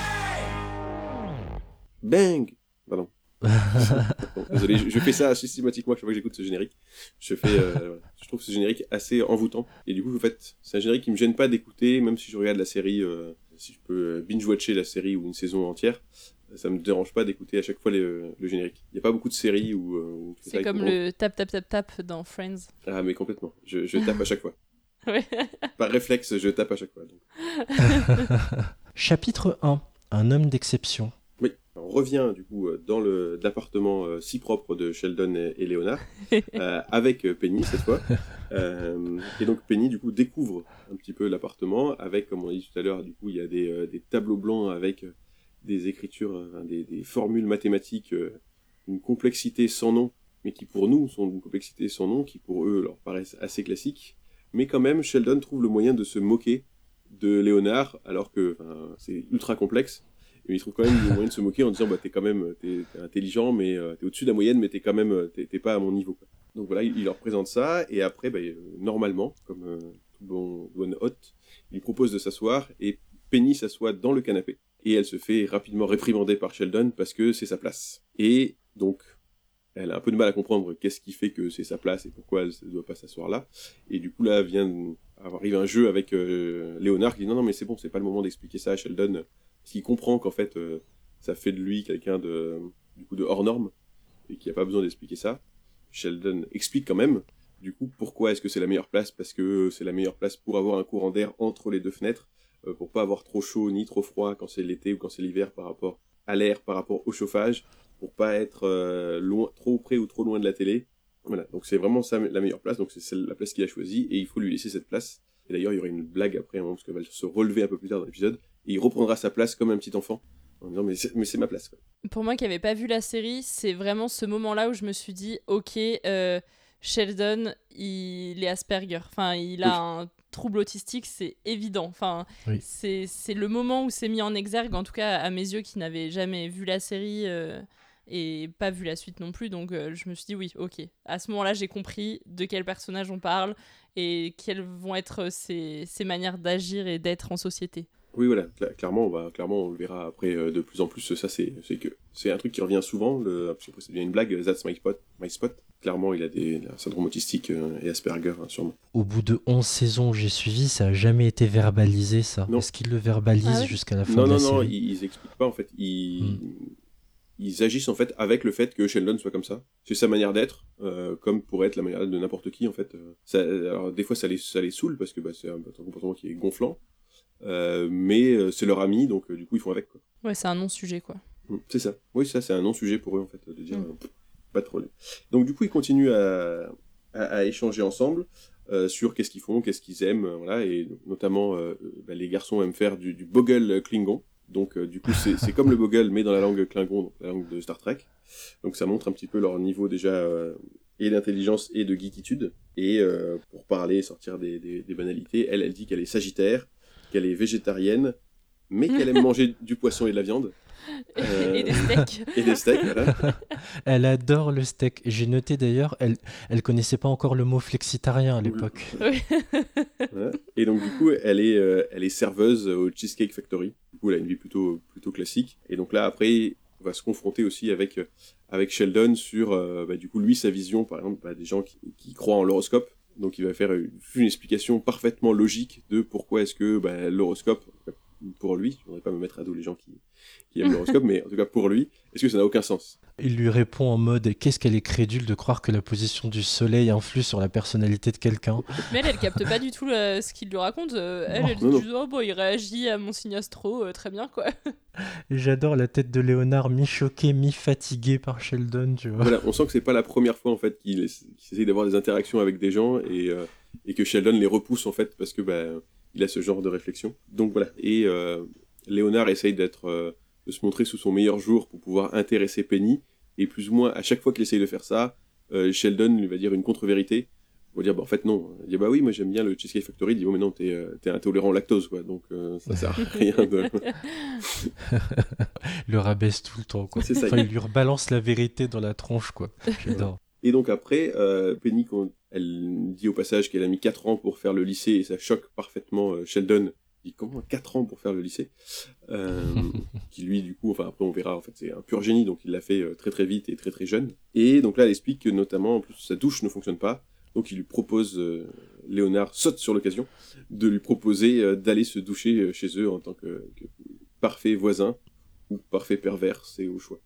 Bang. Pardon. Bon, désolé, je, je fais ça systématiquement chaque fois que j'écoute ce générique. Je fais, euh, voilà. Je trouve ce générique assez envoûtant. Et du coup, en fait, c'est un générique qui me gêne pas d'écouter, même si je regarde la série, euh, si je peux binge-watcher la série ou une saison entière, ça me dérange pas d'écouter à chaque fois les, le générique. Il y a pas beaucoup de séries où, où tu fais ça C'est avec comme ton- le tap tap tap tap dans Friends. Ah mais complètement. Je, je tape à chaque fois. Ouais. Par réflexe, je tape à chaque fois. Donc. Chapitre un. Un homme d'exception. Oui, on revient du coup euh, dans le, l'appartement euh, si propre de Sheldon et, et Léonard, euh, avec euh, Penny cette fois. Euh, et donc Penny du coup découvre un petit peu l'appartement avec, comme on a dit tout à l'heure, du coup il y a des, euh, des tableaux blancs avec euh, des écritures, euh, des, des formules mathématiques, euh, une complexité sans nom, mais qui pour nous sont une complexité sans nom, qui pour eux leur paraissent assez classiques. Mais quand même, Sheldon trouve le moyen de se moquer de Léonard, alors que enfin, c'est ultra complexe. Et il trouve quand même le moyen de se moquer en disant bah, t'es quand même t'es, t'es intelligent, mais euh, t'es au-dessus de la moyenne, mais t'es quand même t'es, t'es pas à mon niveau, quoi. Donc voilà, il, il leur présente ça, et après, bah, euh, normalement, comme euh, tout bon, bon hôte, il lui propose de s'asseoir, et Penny s'assoit dans le canapé. Et elle se fait rapidement réprimander par Sheldon parce que c'est sa place. Et donc, elle a un peu de mal à comprendre qu'est-ce qui fait que c'est sa place et pourquoi elle ne doit pas s'asseoir là. Et du coup, là, vient arrive un jeu avec euh, Léonard qui dit non, non, mais c'est bon, c'est pas le moment d'expliquer ça à Sheldon. Parce qu'il comprend qu'en fait, euh, ça fait de lui quelqu'un de, du coup, de hors norme et qu'il n'y a pas besoin d'expliquer ça. Sheldon explique quand même, du coup, pourquoi est-ce que c'est la meilleure place. Parce que c'est la meilleure place pour avoir un courant d'air entre les deux fenêtres, euh, pour pas avoir trop chaud ni trop froid quand c'est l'été ou quand c'est l'hiver par rapport à l'air, par rapport au chauffage, pour pas être euh, loin, trop près ou trop loin de la télé. Voilà, donc c'est vraiment ça la meilleure place, donc c'est celle, la place qu'il a choisie, et il faut lui laisser cette place. Et d'ailleurs, il y aura une blague après, hein, parce qu'elle va se relever un peu plus tard dans l'épisode, et il reprendra sa place comme un petit enfant, en disant mais c'est, mais c'est ma place, quoi. Pour moi qui n'avais pas vu la série, c'est vraiment ce moment-là où je me suis dit, ok, euh, Sheldon, il est Asperger. Enfin, il a Oui. un trouble autistique, c'est évident. Enfin, Oui. c'est, c'est le moment où c'est mis en exergue, en tout cas à mes yeux qui n'avaient jamais vu la série euh, et pas vu la suite non plus. Donc euh, je me suis dit, oui, ok. À ce moment-là, j'ai compris de quel personnage on parle et quelles vont être ses, ses manières d'agir et d'être en société. Oui, voilà, cla- clairement, on va, clairement, on le verra après euh, de plus en plus. Ça, c'est, c'est que c'est un truc qui revient souvent. Le, parce que ça devient une blague. That's my spot. My spot. Clairement, il a des un syndrome autistique euh, et Asperger, hein, sûrement. Au bout de onze saisons où j'ai suivi, ça n'a jamais été verbalisé, ça. Non. Est-ce qu'ils le verbalisent Ah ouais jusqu'à la fin Non, de non, la non, série ils, ils expliquent pas en fait. Ils, Hmm. ils agissent en fait avec le fait que Sheldon soit comme ça. C'est sa manière d'être, euh, comme pourrait être la manière d'être de n'importe qui en fait. Euh, Ça, alors des fois, ça les, ça les saoule parce que bah, c'est un, un comportement qui est gonflant, euh, mais euh, c'est leur ami, donc euh, du coup, ils font avec, quoi. Ouais, c'est un non-sujet, quoi. Mm, c'est ça. Oui, ça, c'est un non-sujet pour eux, en fait, de dire Mm. euh, pff, pas de problème. Donc, du coup, ils continuent à, à, à échanger ensemble euh, sur qu'est-ce qu'ils font, qu'est-ce qu'ils aiment, euh, voilà, et notamment, euh, bah, les garçons aiment faire du, du bogle klingon. Donc, euh, du coup, c'est, c'est comme le bogle, mais dans la langue klingon, donc la langue de Star Trek. Donc, ça montre un petit peu leur niveau déjà euh, et d'intelligence et de geekitude. Et euh, pour parler, sortir des, des, des banalités, elle, elle dit qu'elle est sagittaire, qu'elle est végétarienne, mais qu'elle aime manger du poisson et de la viande. Euh... et des steaks. et des steaks, voilà. Elle adore le steak. J'ai noté d'ailleurs, elle elle connaissait pas encore le mot flexitarien à l'époque. Oui. Voilà. Et donc du coup, elle est, euh, elle est serveuse au Cheesecake Factory. Du coup, elle a une vie plutôt, plutôt classique. Et donc là, après, on va se confronter aussi avec, avec Sheldon sur, euh, bah, du coup, lui, sa vision, par exemple, bah, des gens qui, qui croient en l'horoscope. Donc il va faire une, une explication parfaitement logique de pourquoi est-ce que bah, l'horoscope, pour lui, je ne voudrais pas me mettre à dos les gens qui, qui aiment l'horoscope, mais en tout cas pour lui, est-ce que ça n'a aucun sens ? Il lui répond en mode « Qu'est-ce qu'elle est crédule de croire que la position du soleil influe sur la personnalité de quelqu'un ?» Mais elle, elle capte pas du tout le, ce qu'il lui raconte. Euh, elle, elle non, dit « Oh, bon, il réagit à mon signe astro, euh, très bien, quoi. » J'adore la tête de Léonard, mi-choqué, mi-fatigué par Sheldon, tu vois. Voilà, on sent que c'est pas la première fois, en fait, qu'il, qu'il essaye d'avoir des interactions avec des gens et, euh, et que Sheldon les repousse, en fait, parce que, bah, il a ce genre de réflexion. Donc voilà, et euh, Léonard essaye d'être, euh, de se montrer sous son meilleur jour pour pouvoir intéresser Penny, et plus ou moins, à chaque fois qu'il essaye de faire ça, euh, Sheldon lui va dire une contre-vérité. Il va dire, bah, en fait, non. Il dit, bah oui, moi j'aime bien le Cheesecake Factory. Il dit, oh, mais non, t'es, euh, t'es intolérant au lactose, quoi. Donc, euh, ça sert à rien de. Le rabaisse tout le temps, quoi. C'est ça. Enfin, il lui rebalance la vérité dans la tronche, quoi. J'adore. Et donc après, euh, Penny, quand elle dit au passage qu'elle a mis quatre ans pour faire le lycée, et ça choque parfaitement euh, Sheldon. Il dit, comment quatre ans pour faire le lycée euh, qui lui, du coup, enfin après on verra, en fait c'est un pur génie, donc il l'a fait euh, très très vite et très très jeune. Et donc là elle explique que notamment, en plus sa douche ne fonctionne pas, donc il lui propose, euh, Léonard saute sur l'occasion, de lui proposer euh, d'aller se doucher euh, chez eux en tant que, que parfait voisin, ou parfait pervers, c'est au choix.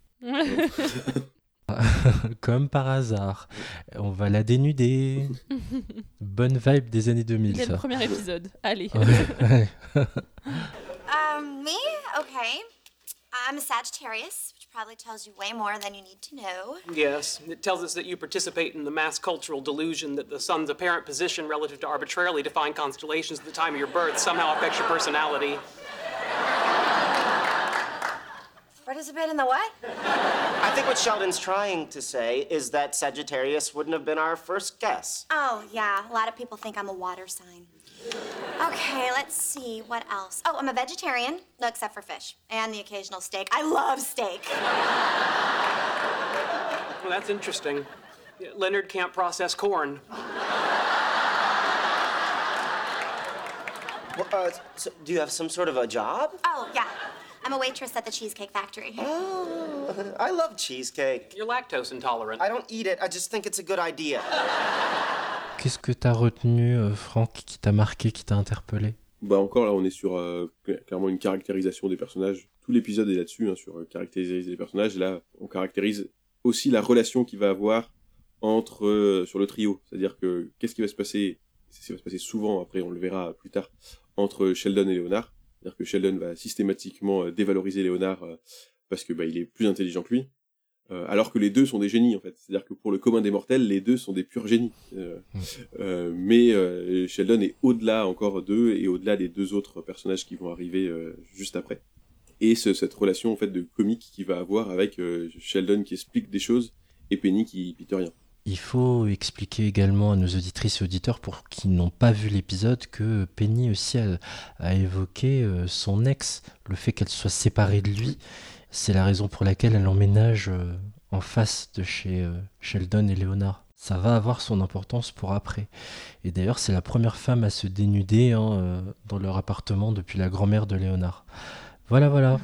Comme par hasard. On va la dénuder. Bonne vibe des années deux mille, Dès ça. le premier épisode. Allez. Ouais. Um, me? Okay. I'm a Sagittarius, which probably tells you way more than you need to know. Yes, it tells us that you participate in the mass cultural delusion that the sun's apparent position relative to arbitrarily defined constellations at the time of your birth somehow affects your personality. Participate in the what? I think what Sheldon's trying to say is that Sagittarius wouldn't have been our first guess. Oh, yeah. A lot of people think I'm a water sign. Okay, let's see. What else? Oh, I'm a vegetarian, except for fish. And the occasional steak. I love steak. Well, that's interesting. Leonard can't process corn. Well, uh, so do you have some sort of a job? Oh, yeah. I'm a waitress at the Cheesecake Factory. Oh, I love cheesecake. You're lactose intolerant. I don't eat it, I just think it's a good idea. Qu'est-ce que t'as retenu, euh, Franck, qui t'a marqué, qui t'a interpellé ? Bah encore là on est sur euh, clairement une caractérisation des personnages. Tout l'épisode est là-dessus, hein, sur euh, caractériser les personnages. Et là on caractérise aussi la relation qu'il va avoir entre euh, sur le trio. C'est-à-dire que qu'est-ce qui va se passer, c'est ce qui va se passer souvent, après on le verra plus tard, entre Sheldon et Léonard. C'est-à-dire que Sheldon va systématiquement euh, dévaloriser Léonard euh, parce que bah, il est plus intelligent que lui, euh, alors que les deux sont des génies en fait. C'est-à-dire que pour le commun des mortels, les deux sont des purs génies. Euh, mmh. euh, mais euh, Sheldon est au-delà encore d'eux et au-delà des deux autres personnages qui vont arriver euh, juste après. Et ce, cette relation en fait de comique qu'il va avoir avec euh, Sheldon qui explique des choses et Penny qui pite rien. Il faut expliquer également à nos auditrices et auditeurs, pour qui n'ont pas vu l'épisode, que Penny aussi a, a évoqué euh, son ex, le fait qu'elle soit séparée de lui. C'est la raison pour laquelle elle emménage euh, en face de chez euh, Sheldon et Léonard. Ça va avoir son importance pour après. Et d'ailleurs, c'est la première femme à se dénuder hein, euh, dans leur appartement depuis la grand-mère de Léonard. Voilà, voilà.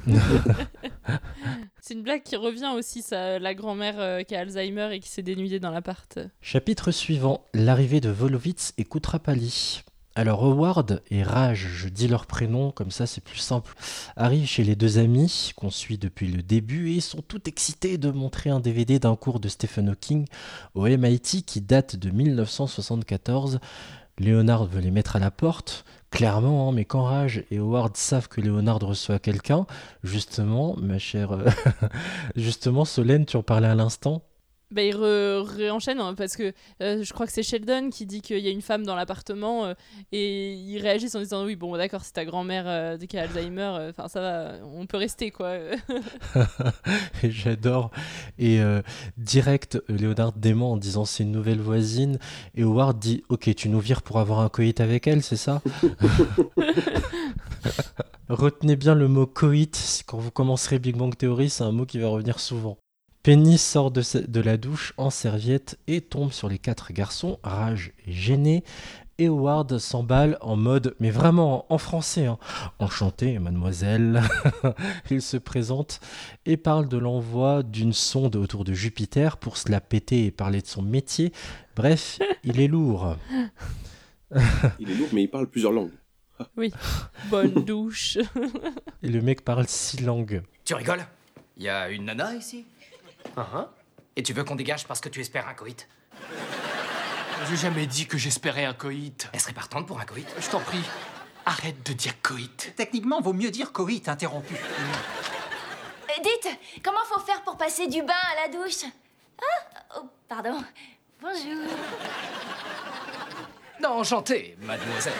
C'est une blague qui revient aussi, ça, la grand-mère euh, qui a Alzheimer et qui s'est dénudée dans l'appart. Chapitre suivant, l'arrivée de Wolowitz et Kutrapali. Alors Howard et Raj, je dis leur prénom, comme ça c'est plus simple, arrivent chez les deux amis qu'on suit depuis le début et sont tout excités de montrer un D V D d'un cours de Stephen Hawking au M I T qui date de dix-neuf cent soixante-quatorze. Léonard veut les mettre à la porte, clairement, hein, mais quand Raj et Howard savent que Léonard reçoit quelqu'un, justement, ma chère, euh, justement, Solène, tu en parlais à l'instant. Bah, il re- réenchaîne hein, parce que euh, je crois que c'est Sheldon qui dit qu'il y a une femme dans l'appartement euh, et ils réagissent en disant oui bon d'accord c'est ta grand-mère euh, qui a Alzheimer, enfin euh, ça va, on peut rester quoi. J'adore. Et euh, direct Léonard dément en disant c'est une nouvelle voisine et Howard dit ok tu nous vires pour avoir un coït avec elle, c'est ça? Retenez bien le mot coït, quand vous commencerez Big Bang Theory, c'est un mot qui va revenir souvent. Penny sort de, sa- de la douche en serviette et tombe sur les quatre garçons, Raj est gêné, et Howard s'emballe en mode, mais vraiment en français, hein. Enchanté, mademoiselle. Il se présente et parle de l'envoi d'une sonde autour de Jupiter pour se la péter et parler de son métier. Bref, il est lourd. Il est lourd, mais il parle plusieurs langues. Oui, bonne douche. Et le mec parle six langues. Tu rigoles? Y a une nana ici? Uh-huh. Et tu veux qu'on dégage parce que tu espères un coït? J'ai jamais dit que j'espérais un coït. Elle serait partante pour un coït? Je t'en prie, arrête de dire coït. Techniquement, vaut mieux dire coït interrompu. Euh, dites, comment faut faire pour passer du bain à la douche? Ah, oh, pardon. Bonjour. Non, enchanté, mademoiselle.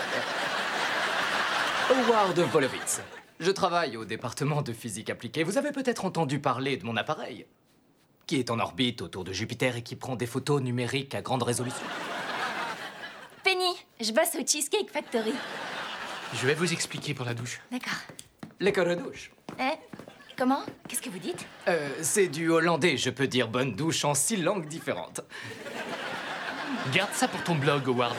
Howard Wolowitz. Je travaille au département de physique appliquée. Vous avez peut-être entendu parler de mon appareil, qui est en orbite autour de Jupiter et qui prend des photos numériques à grande résolution. Penny, je bosse au Cheesecake Factory. Je vais vous expliquer pour la douche. D'accord. L'école de douche. Eh, comment? Qu'est-ce que vous dites? Euh, c'est du hollandais, je peux dire bonne douche en six langues différentes. Garde ça pour ton blog, Howard.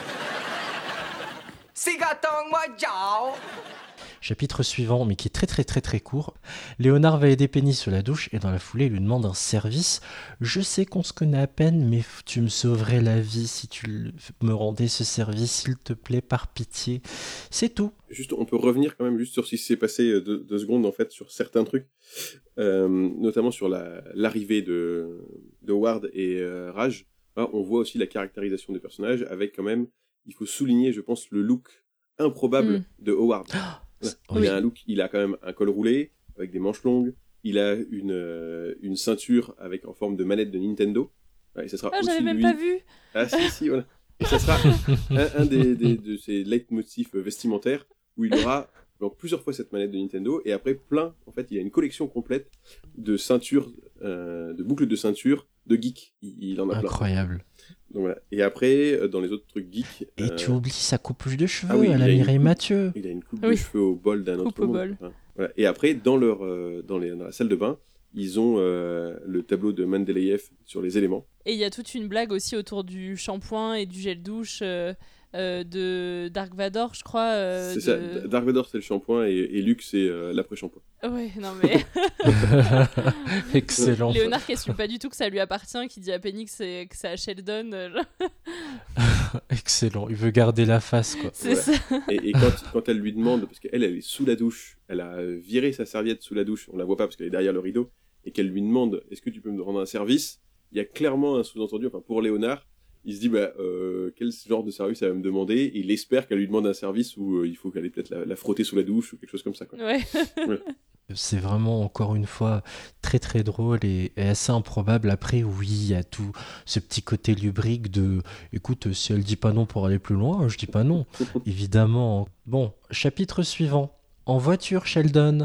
Sigatong moi jiao. Chapitre suivant, mais qui est très très très très court. Léonard va aider Penny sur la douche et dans la foulée, il lui demande un service. Je sais qu'on se connaît à peine, mais f- tu me sauverais la vie si tu le- me rendais ce service, s'il te plaît, par pitié. C'est tout. Juste, on peut revenir quand même juste sur ce qui s'est passé euh, deux, deux secondes, en fait, sur certains trucs. Euh, notamment sur la, l'arrivée de, de Howard et euh, Raj. Hein, on voit aussi la caractérisation des personnages avec quand même, il faut souligner, je pense, le look improbable Mm. de Howard. Oui. Il a un look, il a quand même un col roulé avec des manches longues. Il a une euh, une ceinture avec en forme de manette de Nintendo. Ouais, et ça sera Ah, aussi j'avais même lui. pas vu. Ah si si voilà. Et ça sera un, un des, des de ses leitmotifs vestimentaires où il aura donc plusieurs fois cette manette de Nintendo et après plein. En fait, il a une collection complète de ceintures, euh, de boucles de ceinture de geek. Il, il en a plein. Incroyable. Donc voilà. Et après, euh, dans les autres trucs geeks. Et euh, tu oublies sa coupe de cheveux ah oui, à il la a une Mireille coupe- Mathieu. Il a une coupe Oui. de cheveux au bol d'un Coupe autre au monde. bol. Enfin, voilà. Et après, dans leur, euh, dans, les, dans la salle de bain, ils ont euh, le tableau de Mendeleïev sur les éléments. Et il y a toute une blague aussi autour du shampoing et du gel douche euh, euh, de Dark Vador, je crois. euh, c'est de- ça. Dark Vador, c'est le shampoing et, et Luke, c'est euh, l'après-shampoing. Ouais, non mais. Excellent. Léonard qui assume pas du tout que ça lui appartient, qui dit à Penny que c'est que c'est à Sheldon. euh, Excellent. Il veut garder la face, quoi. C'est Ouais. ça. Et, et quand, quand elle lui demande, parce qu'elle, elle est sous la douche, elle a viré sa serviette sous la douche, on la voit pas parce qu'elle est derrière le rideau, et qu'elle lui demande, est-ce que tu peux me rendre un service? Il y a clairement un sous-entendu, enfin pour Léonard, il se dit, bah, euh, quel genre de service elle va me demander? Et il espère qu'elle lui demande un service où euh, il faut qu'elle ait peut-être la, la frotter sous la douche ou quelque chose comme ça, quoi. Ouais. C'est vraiment, encore une fois, très très drôle et, et assez improbable. Après, oui, il y a tout ce petit côté lubrique de écoute, si elle dit pas non pour aller plus loin, je dis pas non. Évidemment. Bon, chapitre suivant. En voiture, Sheldon.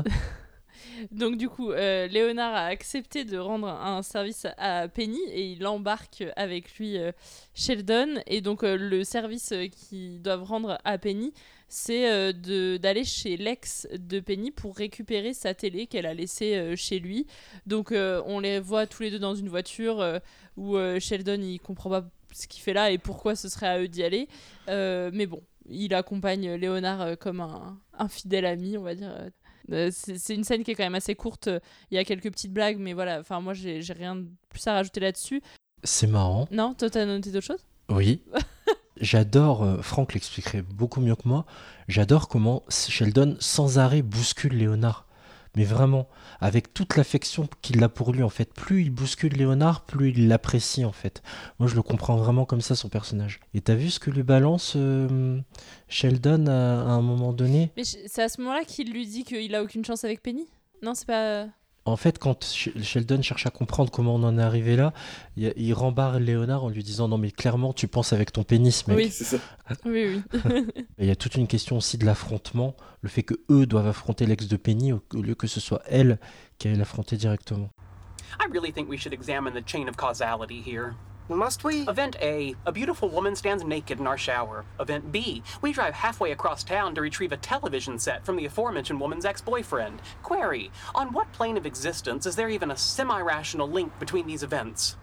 Donc du coup, euh, Léonard a accepté de rendre un service à Penny et il embarque avec lui euh, Sheldon. Et donc euh, le service euh, qu'ils doivent rendre à Penny, c'est euh, de- d'aller chez l'ex de Penny pour récupérer sa télé qu'elle a laissée euh, chez lui. Donc euh, on les voit tous les deux dans une voiture euh, où euh, Sheldon il comprend pas ce qu'il fait là et pourquoi ce serait à eux d'y aller. Euh, mais bon, il accompagne Léonard euh, comme un, un fidèle ami, on va dire. Euh, c'est c'est une scène qui est quand même assez courte. Il y a quelques petites blagues, mais voilà. Enfin, moi, j'ai j'ai rien de plus à rajouter là-dessus. C'est marrant. Non, toi, t'as noté d'autres choses? Oui. J'adore, euh, Franck l'expliquerait beaucoup mieux que moi, j'adore comment Sheldon sans arrêt bouscule Léonard. Mais vraiment, avec toute l'affection qu'il a pour lui, en fait. Plus il bouscule Léonard, plus il l'apprécie, en fait. Moi, je le comprends vraiment comme ça, son personnage. Et t'as vu ce que lui balance euh, Sheldon à, à un moment donné? Mais je- c'est à ce moment-là qu'il lui dit qu'il a aucune chance avec Penny? Non, c'est pas. En fait, quand Sh- Sheldon cherche à comprendre comment on en est arrivé là, il, y a- il rembarre Léonard en lui disant non mais clairement tu penses avec ton pénis mec. Oui. C'est ça. Oui, oui. Et il y a toute une question aussi de l'affrontement, le fait que eux doivent affronter l'ex de Penny au, au lieu que ce soit elle qui aille l'affronter directement. I really think we should examine the chain of causality here. Must we? Event A, a beautiful woman stands naked in our shower. Event B, we drive halfway across town to retrieve a television set from the aforementioned woman's ex-boyfriend. Query, on what plane of existence is there even a semi-rational link between these events?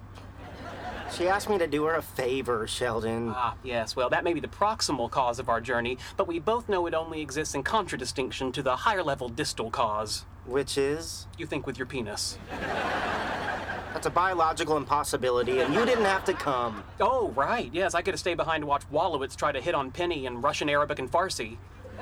She asked me to do her a favor, Sheldon. Ah, yes, well, that may be the proximal cause of our journey, but we both know it only exists in contradistinction to the higher-level distal cause. Which is? You think with your penis. That's a biological impossibility, and you didn't have to come. Oh, right, yes, I could have stayed behind to watch Wallowitz try to hit on Penny in Russian, Arabic, and Farsi.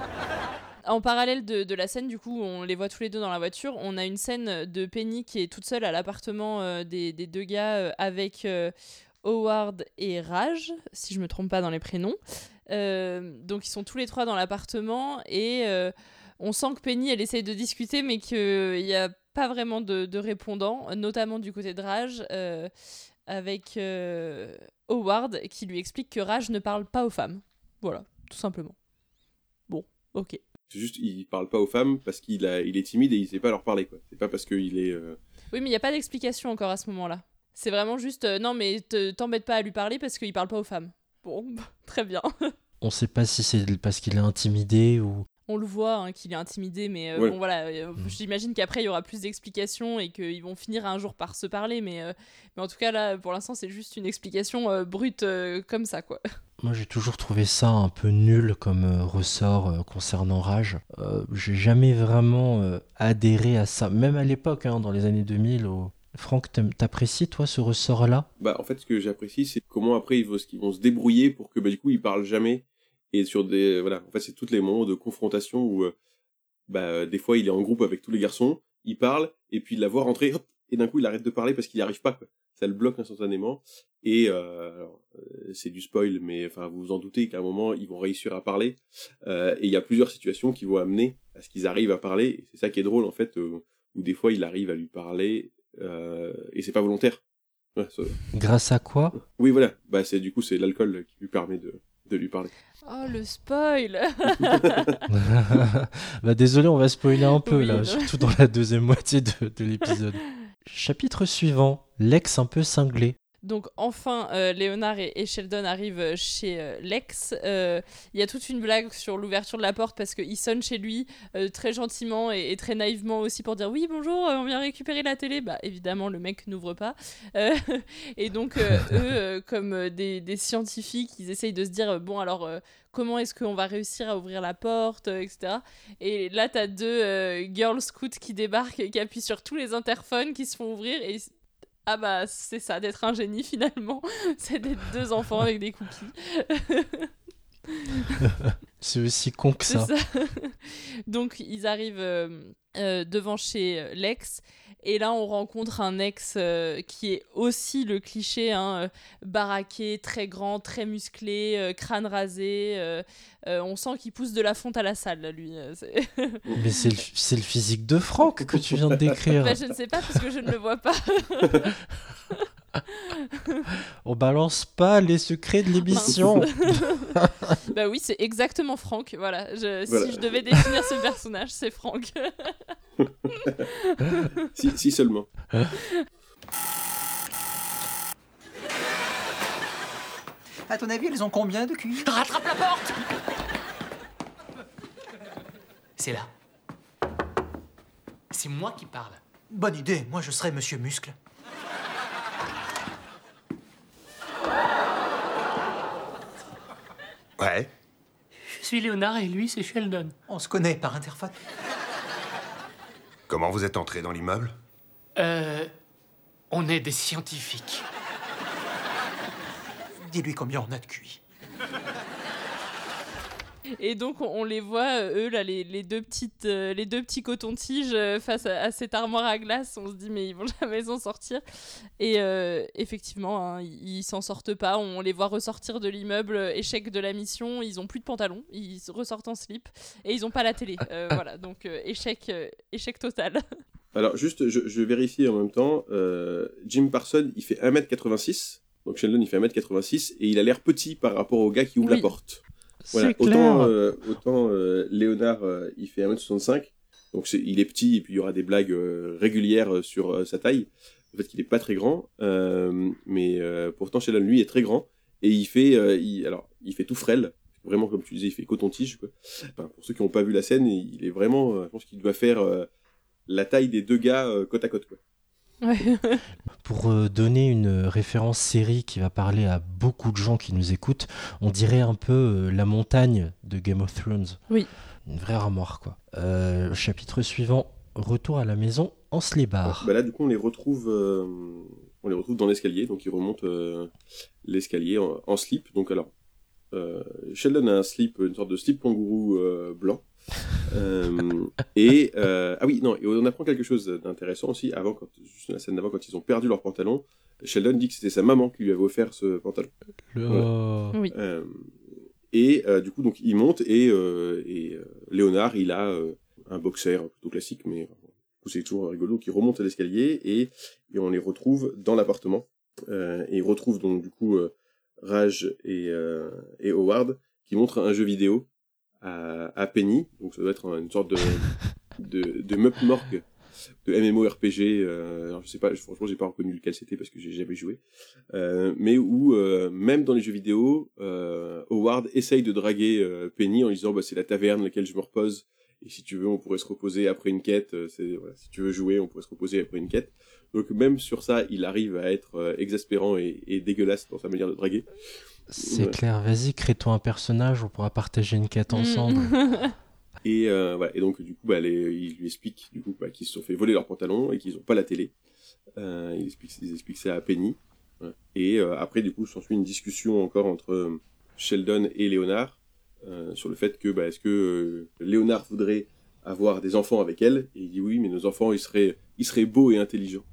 En parallèle de, de la scène, du coup, on les voit tous les deux dans la voiture. On a une scène de Penny qui est toute seule à l'appartement euh, des, des deux gars euh, avec euh, Howard et Raj, si je me trompe pas dans les prénoms. Euh, donc ils sont tous les trois dans l'appartement et euh, on sent que Penny, elle essaye de discuter, mais qu'il n'y a pas vraiment de, de répondant, notamment du côté de Raj, euh, avec euh, Howard qui lui explique que Raj ne parle pas aux femmes. Voilà, tout simplement. Bon, ok. C'est juste, il parle pas aux femmes parce qu'il a, il est timide et il sait pas leur parler, quoi. C'est pas parce qu'il est... Euh... Oui, mais il n'y a pas d'explication encore à ce moment-là. C'est vraiment juste, euh, non, mais te, t'embête pas à lui parler parce qu'il parle pas aux femmes. Bon, très bien. On sait pas si c'est parce qu'il est intimidé ou... On le voit hein, qu'il est intimidé, mais euh, ouais. bon voilà, euh, j'imagine qu'après il y aura plus d'explications et qu'ils vont finir un jour par se parler, mais, euh, mais en tout cas là, pour l'instant, c'est juste une explication euh, brute euh, comme ça, quoi. Moi j'ai toujours trouvé ça un peu nul comme euh, ressort euh, concernant Raj. Euh, j'ai jamais vraiment euh, adhéré à ça, même à l'époque, hein, dans les années deux mille. Au... Franck, t'apprécies toi ce ressort-là ? Bah en fait, ce que j'apprécie, c'est comment après ils vont, ils vont se débrouiller pour que bah, du coup ils parlent jamais. Et sur des, voilà, en fait, c'est tous les moments de confrontation où, euh, bah, des fois, il est en groupe avec tous les garçons, il parle, et puis il la voit rentrer, hop, et d'un coup, il arrête de parler parce qu'il n'y arrive pas, quoi. Ça le bloque instantanément. Et, euh, alors, euh, c'est du spoil, mais, enfin, vous vous en doutez qu'à un moment, ils vont réussir à parler. Euh, et il y a plusieurs situations qui vont amener à ce qu'ils arrivent à parler. Et c'est ça qui est drôle, en fait, euh, où des fois, il arrive à lui parler, euh, et c'est pas volontaire. Ouais, ça... Grâce à quoi ? Oui, voilà. Bah, c'est, du coup, c'est l'alcool qui lui permet de, de lui parler. Oh, le spoil. Bah désolé, on va spoiler un peu oui, là, non. surtout dans la deuxième moitié de, de l'épisode. Chapitre suivant, Lex un peu cinglé. Donc enfin, euh, Léonard et, et Sheldon arrivent chez euh, Lex. Il euh, y a toute une blague sur l'ouverture de la porte parce qu'ils sonnent chez lui euh, très gentiment et, et très naïvement aussi pour dire « Oui, bonjour, euh, on vient récupérer la télé ». Bah évidemment, le mec n'ouvre pas. Euh, et donc euh, eux, euh, comme euh, des, des scientifiques, ils essayent de se dire « Bon alors, euh, comment est-ce qu'on va réussir à ouvrir la porte, euh, et cetera » Et là, t'as deux euh, girl scouts qui débarquent, qui appuient sur tous les interphones, qui se font ouvrir et... Ah bah c'est ça, d'être un génie finalement, c'est d'être deux enfants avec des cookies. C'est aussi con que ça. ça. Donc ils arrivent euh, euh, devant chez Lex et là on rencontre un ex euh, qui est aussi le cliché, hein, euh, baraqué, très grand, très musclé, euh, crâne rasé. Euh, euh, on sent qu'il pousse de la fonte à la salle là, lui. C'est... Mais c'est le, c'est le physique de Franck que tu viens de décrire. Bah, je ne sais pas parce que je ne le vois pas. On balance pas les secrets de l'émission. Bah oui, c'est exactement Franck. Voilà. Je, voilà. Si je devais définir ce personnage, c'est Franck. si, si seulement. À ton avis, elles ont combien de culs ? Rattrape la porte! C'est là. C'est moi qui parle. Bonne idée, moi je serais Monsieur Muscle. Ouais. Je suis Léonard et lui, c'est Sheldon. On se connaît par interphone. Comment vous êtes entré dans l'immeuble ? Euh... On est des scientifiques. Dis-lui combien on a de Q I. Et donc on, on les voit, eux là, les, les, deux, petites, euh, les deux petits cotons-tiges euh, face à, à cette armoire à glace. On se dit mais ils vont jamais s'en sortir. Et euh, effectivement, hein, ils, ils s'en sortent pas. On les voit ressortir de l'immeuble, échec de la mission. Ils ont plus de pantalon, ils ressortent en slip et ils ont pas la télé. Euh, voilà, donc euh, échec, euh, échec total. Alors juste, je, je vérifie en même temps. Euh, Jim Parsons, il fait un mètre quatre-vingt-six. Donc Sheldon, il fait un mètre quatre-vingt-six et il a l'air petit par rapport au gars qui ouvre oui. la porte. C'est Voilà. clair. Autant, euh, autant euh, Léonard, euh, il fait un mètre soixante-cinq, donc c'est, il est petit et puis il y aura des blagues euh, régulières sur euh, sa taille. le fait qu'il est pas très grand, euh, mais euh, pourtant Sheldon lui est très grand et il fait, euh, il, alors il fait tout frêle, vraiment comme tu disais, il fait coton-tige quoi. Enfin, pour ceux qui n'ont pas vu la scène, il est vraiment, euh, je pense qu'il doit faire euh, la taille des deux gars euh, côte à côte quoi. Ouais. Pour euh, donner une référence série qui va parler à beaucoup de gens qui nous écoutent, on dirait un peu euh, la montagne de Game of Thrones. Oui. Une vraie armoire, quoi. Euh, chapitre suivant, retour à la maison, Ansley-Bar. Bah là, du coup, on les retrouve, euh, on les retrouve dans l'escalier, donc ils remontent euh, l'escalier en, en slip. Donc alors, euh, Sheldon a un slip, une sorte de slip kangourou euh, blanc. euh, et euh, ah oui non et on apprend quelque chose d'intéressant aussi avant quand juste la scène d'avant quand ils ont perdu leur pantalon. Sheldon dit que c'était sa maman qui lui avait offert ce pantalon. Le... Ouais. Oui. Euh, et euh, du coup donc il monte et euh, et euh, Léonard il a euh, un boxer plutôt classique mais euh, du coup, c'est toujours rigolo qui remonte à l'escalier et, et on les retrouve dans l'appartement euh, et ils retrouvent donc du coup euh, Raj et euh, et Howard qui montrent un jeu vidéo À, à Penny, donc ça doit être une sorte de de, de Mup Morgue, de MMORPG. Euh, alors je sais pas, franchement j'ai pas reconnu lequel c'était parce que j'ai jamais joué, euh, mais où euh, même dans les jeux vidéo, euh, Howard essaye de draguer euh, Penny en lui disant bah c'est la taverne dans laquelle je me repose et si tu veux on pourrait se reposer après une quête. C'est voilà, si tu veux jouer on pourrait se reposer après une quête. Donc même sur ça il arrive à être euh, exaspérant et, et dégueulasse dans sa manière de draguer. C'est ouais. clair, vas-y, crée-toi un personnage, on pourra partager une quête ensemble. et, euh, voilà. Et donc, du coup, bah, les, il lui explique du coup, bah, qu'ils se sont fait voler leurs pantalons et qu'ils n'ont pas la télé. Euh, il, explique, il explique ça à Penny. Ouais. Et euh, après, du coup, s'ensuit une discussion encore entre euh, Sheldon et Léonard euh, sur le fait que, bah, est-ce que euh, Léonard voudrait avoir des enfants avec elle? Et il dit oui, mais nos enfants, ils seraient, ils seraient beaux et intelligents.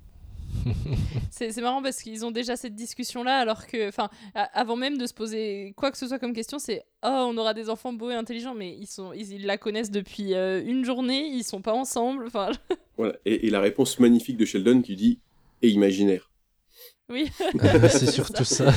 c'est, c'est marrant parce qu'ils ont déjà cette discussion-là, alors que, enfin, avant même de se poser quoi que ce soit comme question, c'est oh, on aura des enfants beaux et intelligents, mais ils sont, ils, ils la connaissent depuis euh, une journée, ils sont pas ensemble, enfin. Voilà. Et, et la réponse magnifique de Sheldon qui dit et imaginaire. Oui. C'est surtout ça.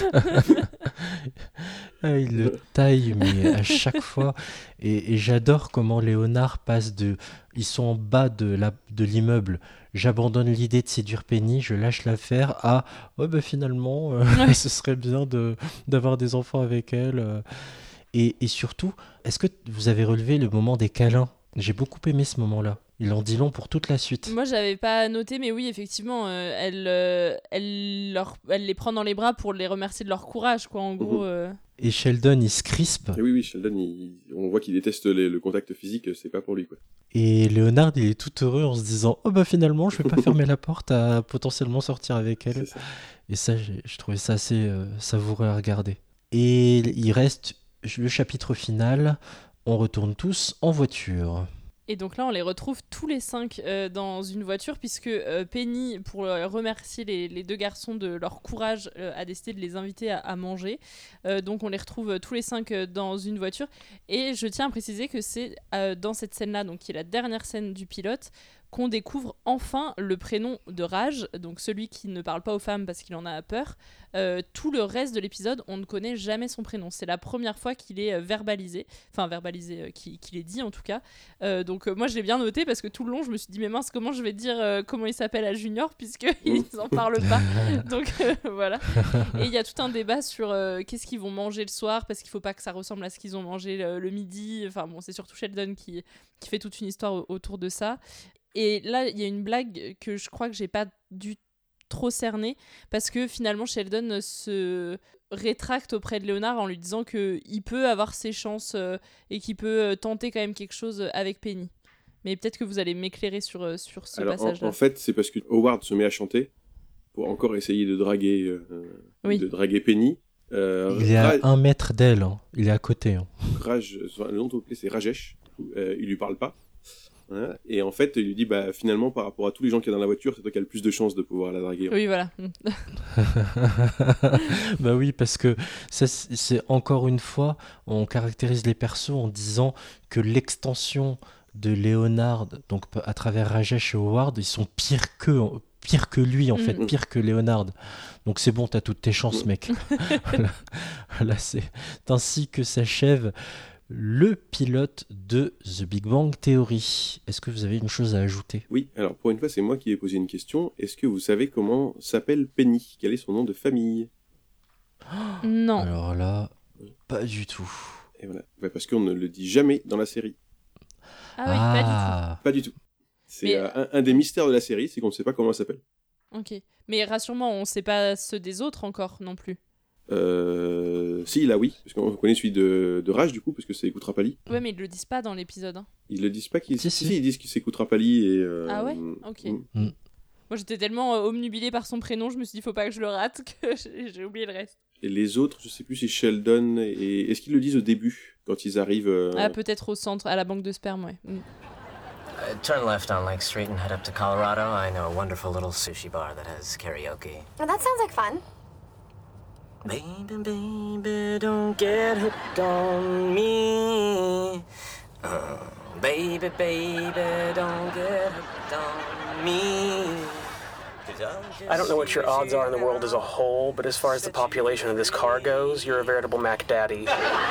Il le taille, mais à chaque fois. Et, et j'adore comment Léonard passe de. Ils sont en bas de, la, de l'immeuble. J'abandonne l'idée de séduire Penny, je lâche l'affaire. À ouais, bah finalement, euh, ouais. ce serait bien de, d'avoir des enfants avec elle. Euh. Et, et surtout, est-ce que vous avez relevé le moment des câlins? J'ai beaucoup aimé ce moment-là. Il en dit long pour toute la suite. Moi, j'avais pas noté, mais oui, effectivement, euh, elle, euh, elle, leur, elle les prend dans les bras pour les remercier de leur courage, quoi, en gros. Mmh. Euh... Et Sheldon, il se crispe. Et oui, oui, Sheldon, il, on voit qu'il déteste les, le contact physique, c'est pas pour lui, quoi. Et Léonard, il est tout heureux en se disant « Oh bah finalement, je vais pas fermer la porte à potentiellement sortir avec elle. » ça. Et ça, j'ai, je trouvais ça assez euh, savoureux à regarder. Et il reste le chapitre final. On retourne tous en voiture. Et donc là, on les retrouve tous les cinq euh, dans une voiture, puisque euh, Penny, pour euh, remercier les, les deux garçons de leur courage, euh, a décidé de les inviter à, à manger. Euh, donc on les retrouve euh, tous les cinq euh, dans une voiture. Et je tiens à préciser que c'est euh, dans cette scène-là, donc qui est la dernière scène du pilote, qu'on découvre enfin le prénom de Raj, donc celui qui ne parle pas aux femmes parce qu'il en a peur. Euh, tout le reste de l'épisode, on ne connaît jamais son prénom. C'est la première fois qu'il est euh, verbalisé, enfin verbalisé, euh, qu'il, qu'il est dit en tout cas. Euh, donc euh, moi je l'ai bien noté parce que tout le long je me suis dit mais mince, comment je vais dire euh, comment il s'appelle à Junior puisqu'ils n'en parlent pas. Donc euh, voilà. Et il y a tout un débat sur euh, qu'est-ce qu'ils vont manger le soir parce qu'il ne faut pas que ça ressemble à ce qu'ils ont mangé le, le midi. Enfin bon, c'est surtout Sheldon qui, qui fait toute une histoire autour de ça. Et là, il y a une blague que je crois que j'ai pas dû trop cerner parce que finalement Sheldon se rétracte auprès de Léonard en lui disant qu'il peut avoir ses chances euh, et qu'il peut tenter quand même quelque chose avec Penny. Mais peut-être que vous allez m'éclairer sur, sur ce Alors, passage-là. En, en fait, c'est parce que Howard se met à chanter pour encore essayer de draguer, euh, oui. de draguer Penny. Euh, il est à Raj... un mètre d'elle, hein. Il est à côté. Hein. Raj, le nom de ton c'est Rajesh. Euh, il lui parle pas. Hein, et en fait, il lui dit bah finalement par rapport à tous les gens qu'il y a dans la voiture, c'est toi qui as le plus de chances de pouvoir la draguer. Oui, voilà. Bah oui, parce que ça, c'est encore une fois, on caractérise les persos en disant que l'extension de Léonard, donc à travers Rajesh et Howard, ils sont pires que pire que lui en fait, Mm. pire que Léonard. Donc c'est bon, t'as toutes tes chances, mec. Voilà, voilà, c'est ainsi que s'achève le pilote de The Big Bang Theory. Est-ce que vous avez une chose à ajouter ? Oui, alors pour une fois, c'est moi qui ai posé une question. Est-ce que vous savez comment s'appelle Penny ? Quel est son nom de famille ? Non. Alors là, pas du tout. Et voilà, bah, parce qu'on ne le dit jamais dans la série. Ah oui, ah. pas du tout. Pas du tout. C'est Mais... euh, un, un des mystères de la série, c'est qu'on ne sait pas comment elle s'appelle. Ok. Mais rassure-moi, on ne sait pas ceux des autres encore non plus. Euh... Si, là oui, parce qu'on connaît celui de, de Raj du coup, parce que c'est Koutrapali. Ouais, mais ils le disent pas dans l'épisode. Hein. Ils le disent pas qu'ils... Si, si, si. si, ils disent que c'est Koutrapali et... Euh... Ah ouais ? Ok. Mm. Mm. Moi j'étais tellement euh, omnubilée par son prénom, je me suis dit faut pas que je le rate que j'ai, j'ai oublié le reste. Et les autres, je sais plus si Sheldon et... Est-ce qu'ils le disent au début, quand ils arrivent euh... Ah, peut-être au centre, à la banque de sperme, ouais. Mm. Uh, turn left on Lake Street and head up to Colorado. I know a wonderful little sushi bar that has karaoke. Well, that sounds like fun. Baby, baby, don't get hooked on me. Uh, baby, baby, don't get hooked on me. I don't know what your odds are in the world as a whole, but as far as the population of this car goes, you're a veritable Mac Daddy.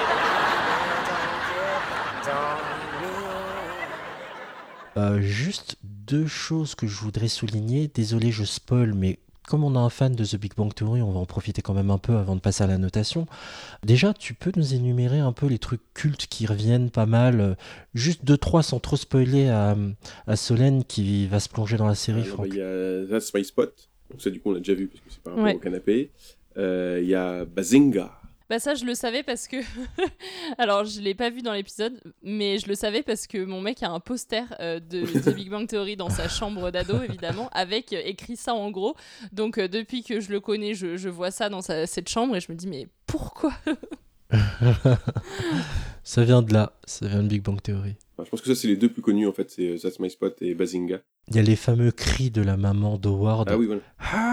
Euh, juste deux choses que je voudrais souligner. Désolé, je spoil, mais comme on a un fan de The Big Bang Theory, on va en profiter quand même un peu avant de passer à la notation. Déjà, tu peux nous énumérer un peu les trucs cultes qui reviennent pas mal, euh, juste deux, trois sans trop spoiler à, à Solène qui va se plonger dans la série. Alors, il y a That's My Spot, donc ça du coup on l'a déjà vu parce que c'est par rapport Ouais. au canapé. Euh, Il y a Bazinga. Bah ça je le savais parce que alors je l'ai pas vu dans l'épisode mais je le savais parce que mon mec a un poster euh, de The Big Bang Theory dans sa chambre d'ado évidemment avec euh, écrit ça en gros donc euh, depuis que je le connais je, je vois ça dans sa, cette chambre et je me dis mais pourquoi Ça vient de là, ça vient de Big Bang Theory. Enfin, je pense que ça c'est les deux plus connus en fait, c'est That's My Spot et Bazinga. Il y a les fameux cris de la maman d'Howard. Ah oui voilà.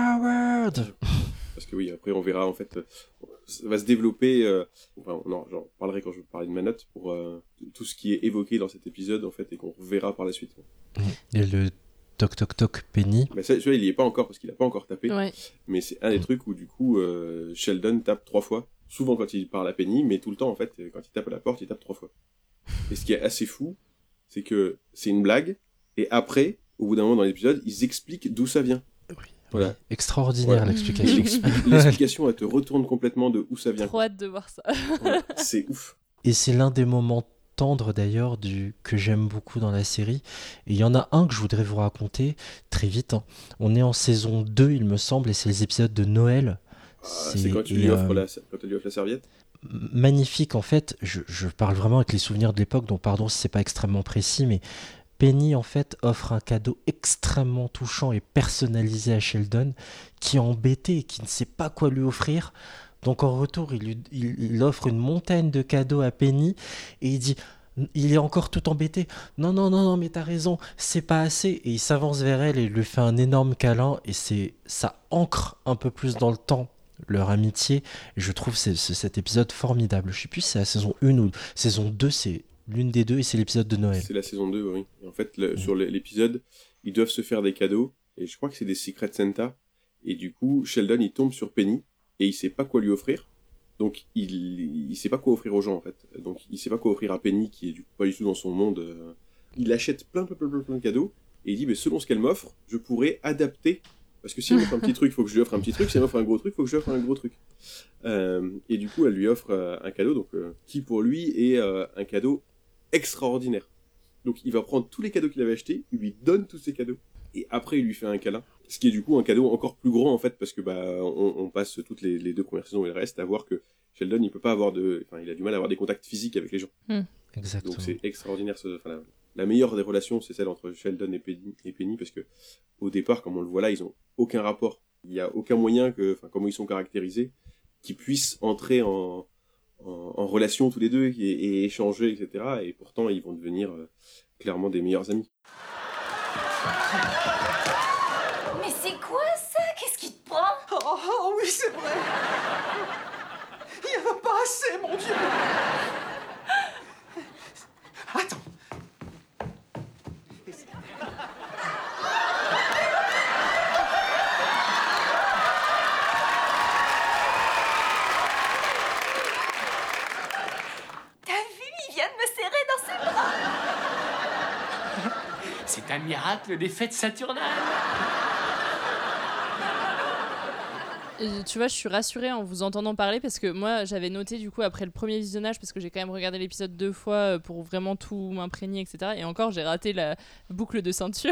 Howard. Parce que oui, après on verra en fait, euh, ça va se développer, euh, enfin non, j'en parlerai quand je vais parler de ma note, pour euh, tout ce qui est évoqué dans cet épisode en fait et qu'on reverra par la suite. Et le toc toc toc Penny. Bah, ça, celui-là il y est pas encore parce qu'il a pas encore tapé, ouais. Mais c'est un des trucs où du coup euh, Sheldon tape trois fois, souvent quand il parle à Penny, mais tout le temps en fait, quand il tape à la porte, il tape trois fois. Et ce qui est assez fou, c'est que c'est une blague, et après, au bout d'un moment dans l'épisode, ils expliquent d'où ça vient. Voilà. Extraordinaire ouais. l'explication. L'expli- l'explication, elle te retourne complètement de où ça vient. Trop hâte de voir ça. Ouais, c'est ouf. Et c'est l'un des moments tendres d'ailleurs du... que j'aime beaucoup dans la série. Et il y en a un que je voudrais vous raconter très vite. Hein. On est en saison deux, il me semble, et c'est les épisodes de Noël. Ah, c'est... c'est quand tu lui et, offres euh... la... quand tu lui offres la serviette. Magnifique en fait. Je, je parle vraiment avec les souvenirs de l'époque, donc pardon si c'est pas extrêmement précis, mais Penny en fait offre un cadeau extrêmement touchant et personnalisé à Sheldon qui est embêté et qui ne sait pas quoi lui offrir. Donc en retour, il, lui, il, il offre une montagne de cadeaux à Penny et il dit, il est encore tout embêté. Non, non, non, non, mais t'as raison, c'est pas assez. Et il s'avance vers elle et lui fait un énorme câlin et c'est, ça ancre un peu plus dans le temps leur amitié. Et je trouve c'est, c'est, cet épisode formidable. Je sais plus si c'est la saison un ou saison deux, c'est l'une des deux et c'est l'épisode de Noël. C'est la saison deux, oui. Et en fait, le, mmh. sur l'épisode, ils doivent se faire des cadeaux, et je crois que c'est des Secret Santa, et du coup, Sheldon, il tombe sur Penny, et il sait pas quoi lui offrir, donc il, il sait pas quoi offrir aux gens, en fait. Donc il sait pas quoi offrir à Penny, qui est du coup pas du tout dans son monde. Euh... Il achète plein, plein, plein, plein, plein de cadeaux, et il dit, mais selon ce qu'elle m'offre, je pourrais adapter, parce que si elle m'offre un petit truc, il faut que je lui offre un petit truc, si elle m'offre un gros truc, il faut que je lui offre un gros truc. Euh, et du coup, elle lui offre euh, un cadeau, donc euh, qui pour lui est euh, un cadeau extraordinaire. Donc il va prendre tous les cadeaux qu'il avait achetés, il lui donne tous ses cadeaux, et après il lui fait un câlin, ce qui est du coup un cadeau encore plus grand en fait, parce que bah on, on passe toutes les, les deux premières saisons et le reste à voir que Sheldon il peut pas avoir de, enfin il a du mal à avoir des contacts physiques avec les gens. Mm. Exactement. Donc c'est extraordinaire. Ce... Enfin, la, la meilleure des relations c'est celle entre Sheldon et Penny, et Penny parce que au départ comme on le voit là ils ont aucun rapport, il y a aucun moyen que, enfin comment ils sont caractérisés, qu'ils puissent entrer en En, en relation tous les deux et, et échanger, et cetera. Et pourtant, ils vont devenir euh, clairement des meilleurs amis. Mais c'est quoi ça? Qu'est-ce qui te prend? Oh, oh oui, c'est vrai. Il n'y en a pas assez, mon Dieu. Attends. c'est un miracle des fêtes saturnales. Euh, Tu vois, je suis rassurée en vous entendant parler parce que moi, j'avais noté du coup après le premier visionnage, parce que j'ai quand même regardé l'épisode deux fois euh, pour vraiment tout m'imprégner, et cetera. Et encore, j'ai raté la boucle de ceinture.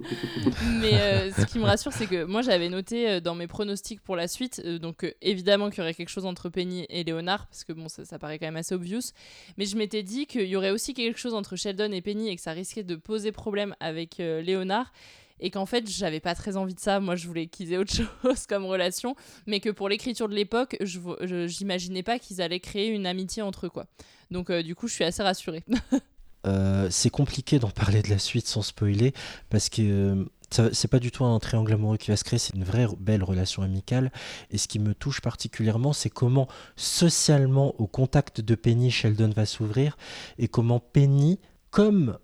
Mais euh, ce qui me rassure, c'est que moi, j'avais noté euh, dans mes pronostics pour la suite, euh, donc euh, évidemment qu'il y aurait quelque chose entre Penny et Léonard, parce que bon, ça, ça paraît quand même assez obvious. Mais je m'étais dit qu'il y aurait aussi quelque chose entre Sheldon et Penny et que ça risquait de poser problème avec euh, Léonard. Et qu'en fait, j'avais pas très envie de ça. Moi, je voulais qu'ils aient autre chose comme relation. Mais que pour l'écriture de l'époque, je, je, j'imaginais pas qu'ils allaient créer une amitié entre eux, quoi. Donc, euh, du coup, je suis assez rassurée. Euh, c'est compliqué d'en parler de la suite sans spoiler, parce que euh, ça, c'est pas du tout un triangle amoureux qui va se créer, c'est une vraie belle relation amicale. Et ce qui me touche particulièrement, c'est comment socialement, au contact de Penny, Sheldon va s'ouvrir, et comment Penny, comme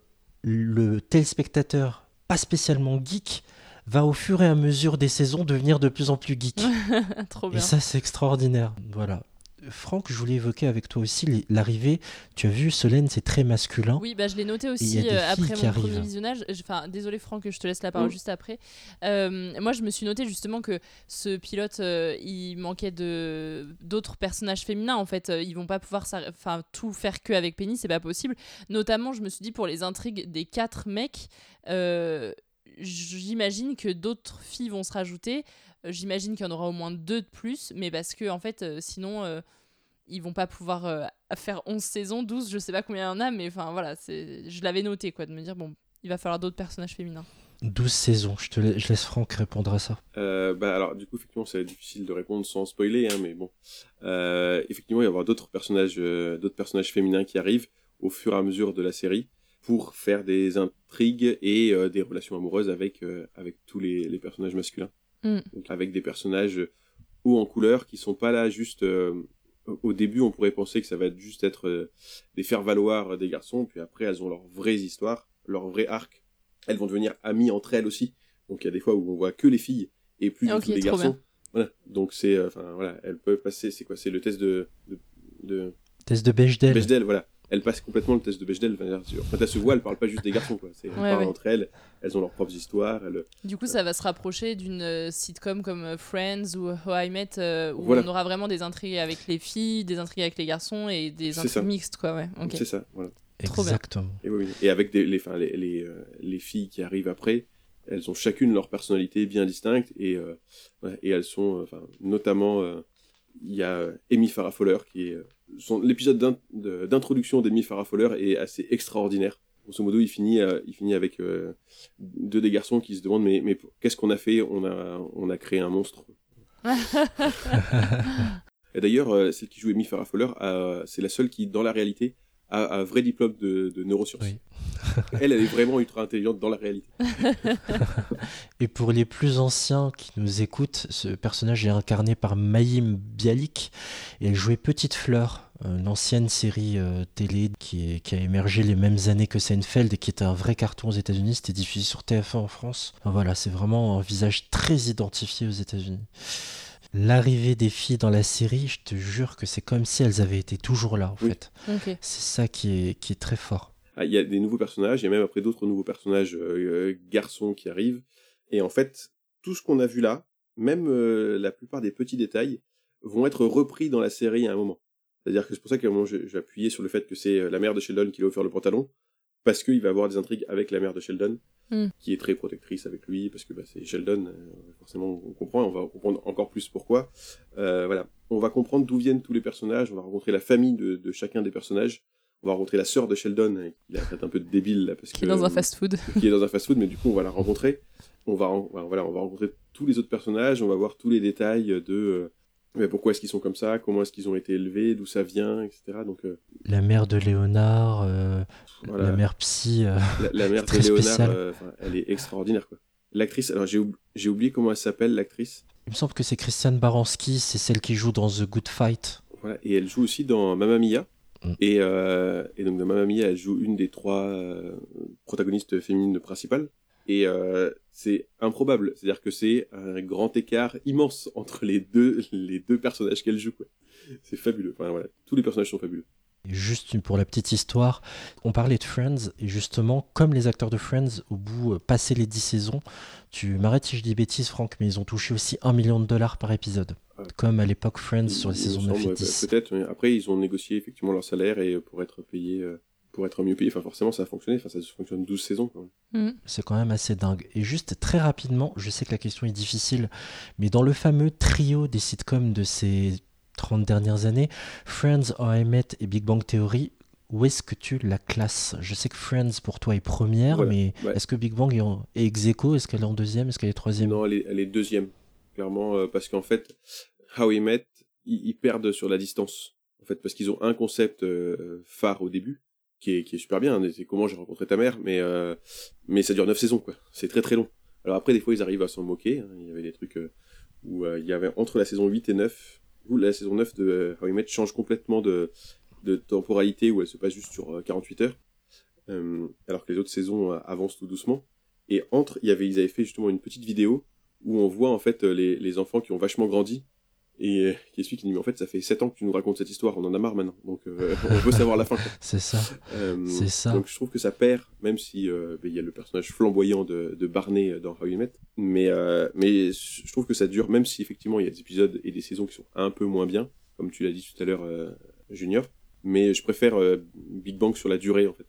le téléspectateur pas spécialement geek, va au fur et à mesure des saisons devenir de plus en plus geek. Trop bien. Et ça, c'est extraordinaire. Voilà. Franck, je voulais évoquer avec toi aussi les- l'arrivée. Tu as vu, Solène, c'est très masculin. Oui, bah, je l'ai noté Et il y aussi a des euh, filles après qui mon premier arrivent. visionnage. Enfin, désolé Franck, je te laisse la parole Mm. juste après. Euh, moi, je me suis noté justement que ce pilote, euh, il manquait de d'autres personnages féminins. En fait, Euh, ils vont pas pouvoir s'arr- enfin tout faire que avec Penny, c'est pas possible. Notamment, je me suis dit pour les intrigues des quatre mecs. Euh, J'imagine que d'autres filles vont se rajouter. Euh, J'imagine qu'il y en aura au moins deux de plus, mais parce que en fait, euh, sinon, euh, ils vont pas pouvoir euh, faire onze saisons, douze, je sais pas combien il y en a, mais enfin voilà, c'est... je l'avais noté, quoi, de me dire, bon, il va falloir d'autres personnages féminins. douze saisons. Je, te la- je laisse Franck répondre à ça. Euh, bah alors du coup effectivement c'est difficile de répondre sans spoiler hein, mais bon euh, effectivement il va y avoir d'autres personnages euh, d'autres personnages féminins qui arrivent au fur et à mesure de la série pour faire des intrigues et euh, des relations amoureuses avec euh, avec tous les, les personnages masculins. Mm. Donc avec des personnages hauts en couleur qui sont pas là juste euh, au début on pourrait penser que ça va être juste être euh, des faire-valoir des garçons, puis après elles ont leurs vraies histoires, leur vrai arc. Elles vont devenir amies entre elles aussi. Donc il y a des fois où on voit que les filles et plus Ok, du tout les trop garçons. bien. Voilà. Donc c'est euh, enfin voilà, elles peuvent passer, c'est quoi, c'est le test de de, de... Test de Bechdel. Bechdel, voilà. Elles passent complètement le test de Bechdel. Enfin, sur- quand elles se voient, elles parlent pas juste des garçons quoi. C'est, elles Ouais, parlent ouais. entre elles, elles ont leurs propres histoires, elles... Du coup, ça va se rapprocher d'une euh, sitcom comme euh, Friends ou How I Met, euh, où Voilà. on aura vraiment des intrigues avec les filles, des intrigues avec les garçons et des C'est intrigues ça. mixtes, quoi, ouais. Ok. C'est ça, voilà. Trop bien. Exactement. Et, oui, oui. Et avec des, les, enfin, les, les, euh, les filles qui arrivent après, elles ont chacune leur personnalité bien distincte et, euh, ouais, et elles sont, euh, enfin, notamment, euh, il y a euh, Amy Farrah Fowler qui est, euh, son, l'épisode d'in- de- d'introduction d'Amy Farrah Fowler est assez extraordinaire. Grosso modo, il finit, euh, il finit avec euh, deux des garçons qui se demandent mais, mais qu'est-ce qu'on a fait? On a, on a créé un monstre. Et d'ailleurs, euh, celle qui joue Amy Farrah Fowler, euh, c'est la seule qui, dans la réalité, a un vrai diplôme de, de neurosciences. Oui. Elle, elle est vraiment ultra intelligente dans la réalité. Et pour les plus anciens qui nous écoutent, ce personnage est incarné par Mayim Bialik et elle jouait Petite Fleur, une ancienne série euh, télé qui, est- qui a émergé les mêmes années que Seinfeld et qui était un vrai carton aux États-Unis. C'était diffusé sur T F un en France. Enfin, voilà, c'est vraiment un visage très identifié aux États-Unis. L'arrivée des filles dans la série, je te jure que c'est comme si elles avaient été toujours là, en Oui. fait. Ok. C'est ça qui est, qui est très fort. Ah, il y a des nouveaux personnages, il y a même après d'autres nouveaux personnages euh, garçons qui arrivent. Et en fait, tout ce qu'on a vu là, même euh, la plupart des petits détails, vont être repris dans la série à un moment. C'est-à-dire que c'est pour ça qu'à un moment, j'ai j'ai appuyé sur le fait que c'est euh, la mère de Sheldon qui lui a offert le pantalon, parce qu'il va avoir des intrigues avec la mère de Sheldon, Mm. qui est très protectrice avec lui, parce que bah, c'est Sheldon, euh, forcément on comprend, on va comprendre encore plus pourquoi. Euh, voilà, on va comprendre d'où viennent tous les personnages, on va rencontrer la famille de, de chacun des personnages, on va rencontrer la sœur de Sheldon, euh, qui a peut-être un peu de débile là, parce Qui que est dans un fast-food. qui est dans un fast-food, mais du coup on va la rencontrer. On va ren- voilà, on va rencontrer tous les autres personnages, on va voir tous les détails de euh, mais pourquoi est-ce qu'ils sont comme ça, comment est-ce qu'ils ont été élevés, d'où ça vient, et cetera. Donc euh, La mère de Léonard, euh, Voilà. la mère psy, euh, la, la mère de très Léonard, spéciale. euh, enfin, elle est extraordinaire quoi. L'actrice, alors j'ai, oub- j'ai oublié comment elle s'appelle l'actrice. Il me semble que c'est Christiane Baranski, c'est celle qui joue dans The Good Fight. Voilà, et elle joue aussi dans Mamma Mia. Mm. Et, euh, et donc dans Mamma Mia, elle joue une des trois euh, protagonistes féminines principales. Et euh, c'est improbable, c'est-à-dire que c'est un grand écart immense entre les deux, les deux personnages qu'elle joue. Quoi. C'est fabuleux. Enfin, voilà, tous les personnages sont fabuleux. Et juste pour la petite histoire, on parlait de Friends, et justement, comme les acteurs de Friends, au bout, euh, passé les dix saisons, tu m'arrêtes si je dis bêtises, Franck, mais ils ont touché aussi un million de dollars par épisode, ouais. Comme à l'époque Friends sur les il saisons semble, neuf et ouais, dix. Peut-être, mais après, ils ont négocié effectivement leur salaire et pour être payés, euh, pour être mieux payés. Enfin, forcément, ça a fonctionné. Enfin, ça fonctionne douze saisons, quand même. Mmh. C'est quand même assez dingue. Et juste très rapidement, je sais que la question est difficile, mais dans le fameux trio des sitcoms de ces trente dernières années, Friends, How I Met et Big Bang Theory, où est-ce que tu la classes ? Je sais que Friends pour toi est première, voilà, mais ouais. Est-ce que Big Bang est, en... est ex aequo ? Est-ce qu'elle est en deuxième ? Est-ce qu'elle est troisième ? Non, elle est, elle est deuxième, clairement, euh, parce qu'en fait, How I Met, ils, ils perdent sur la distance, en fait, parce qu'ils ont un concept euh, phare au début, qui est, qui est super bien, c'est comment j'ai rencontré ta mère, mais, euh, mais ça dure neuf saisons, quoi. C'est très très long. Alors après, des fois, ils arrivent à s'en moquer, hein. Il y avait des trucs euh, où euh, il y avait entre la saison huit et neuf, où la saison neuf de euh, How I Met change complètement de, de temporalité, où elle se passe juste sur euh, quarante-huit heures, euh, alors que les autres saisons euh, avancent tout doucement. Et entre, il y avait, ils avaient fait justement une petite vidéo où on voit en fait les, les enfants qui ont vachement grandi, et euh, qui explique, mais en fait ça fait sept ans que tu nous racontes cette histoire, on en a marre maintenant, donc euh, on veut savoir la fin. C'est ça. Euh, c'est ça. Donc je trouve que ça perd, même si euh, il y a le personnage flamboyant de, de Barney dans How I Met, mais euh, mais je trouve que ça dure, même si effectivement il y a des épisodes et des saisons qui sont un peu moins bien, comme tu l'as dit tout à l'heure, euh, Junior, mais je préfère euh, Big Bang sur la durée en fait.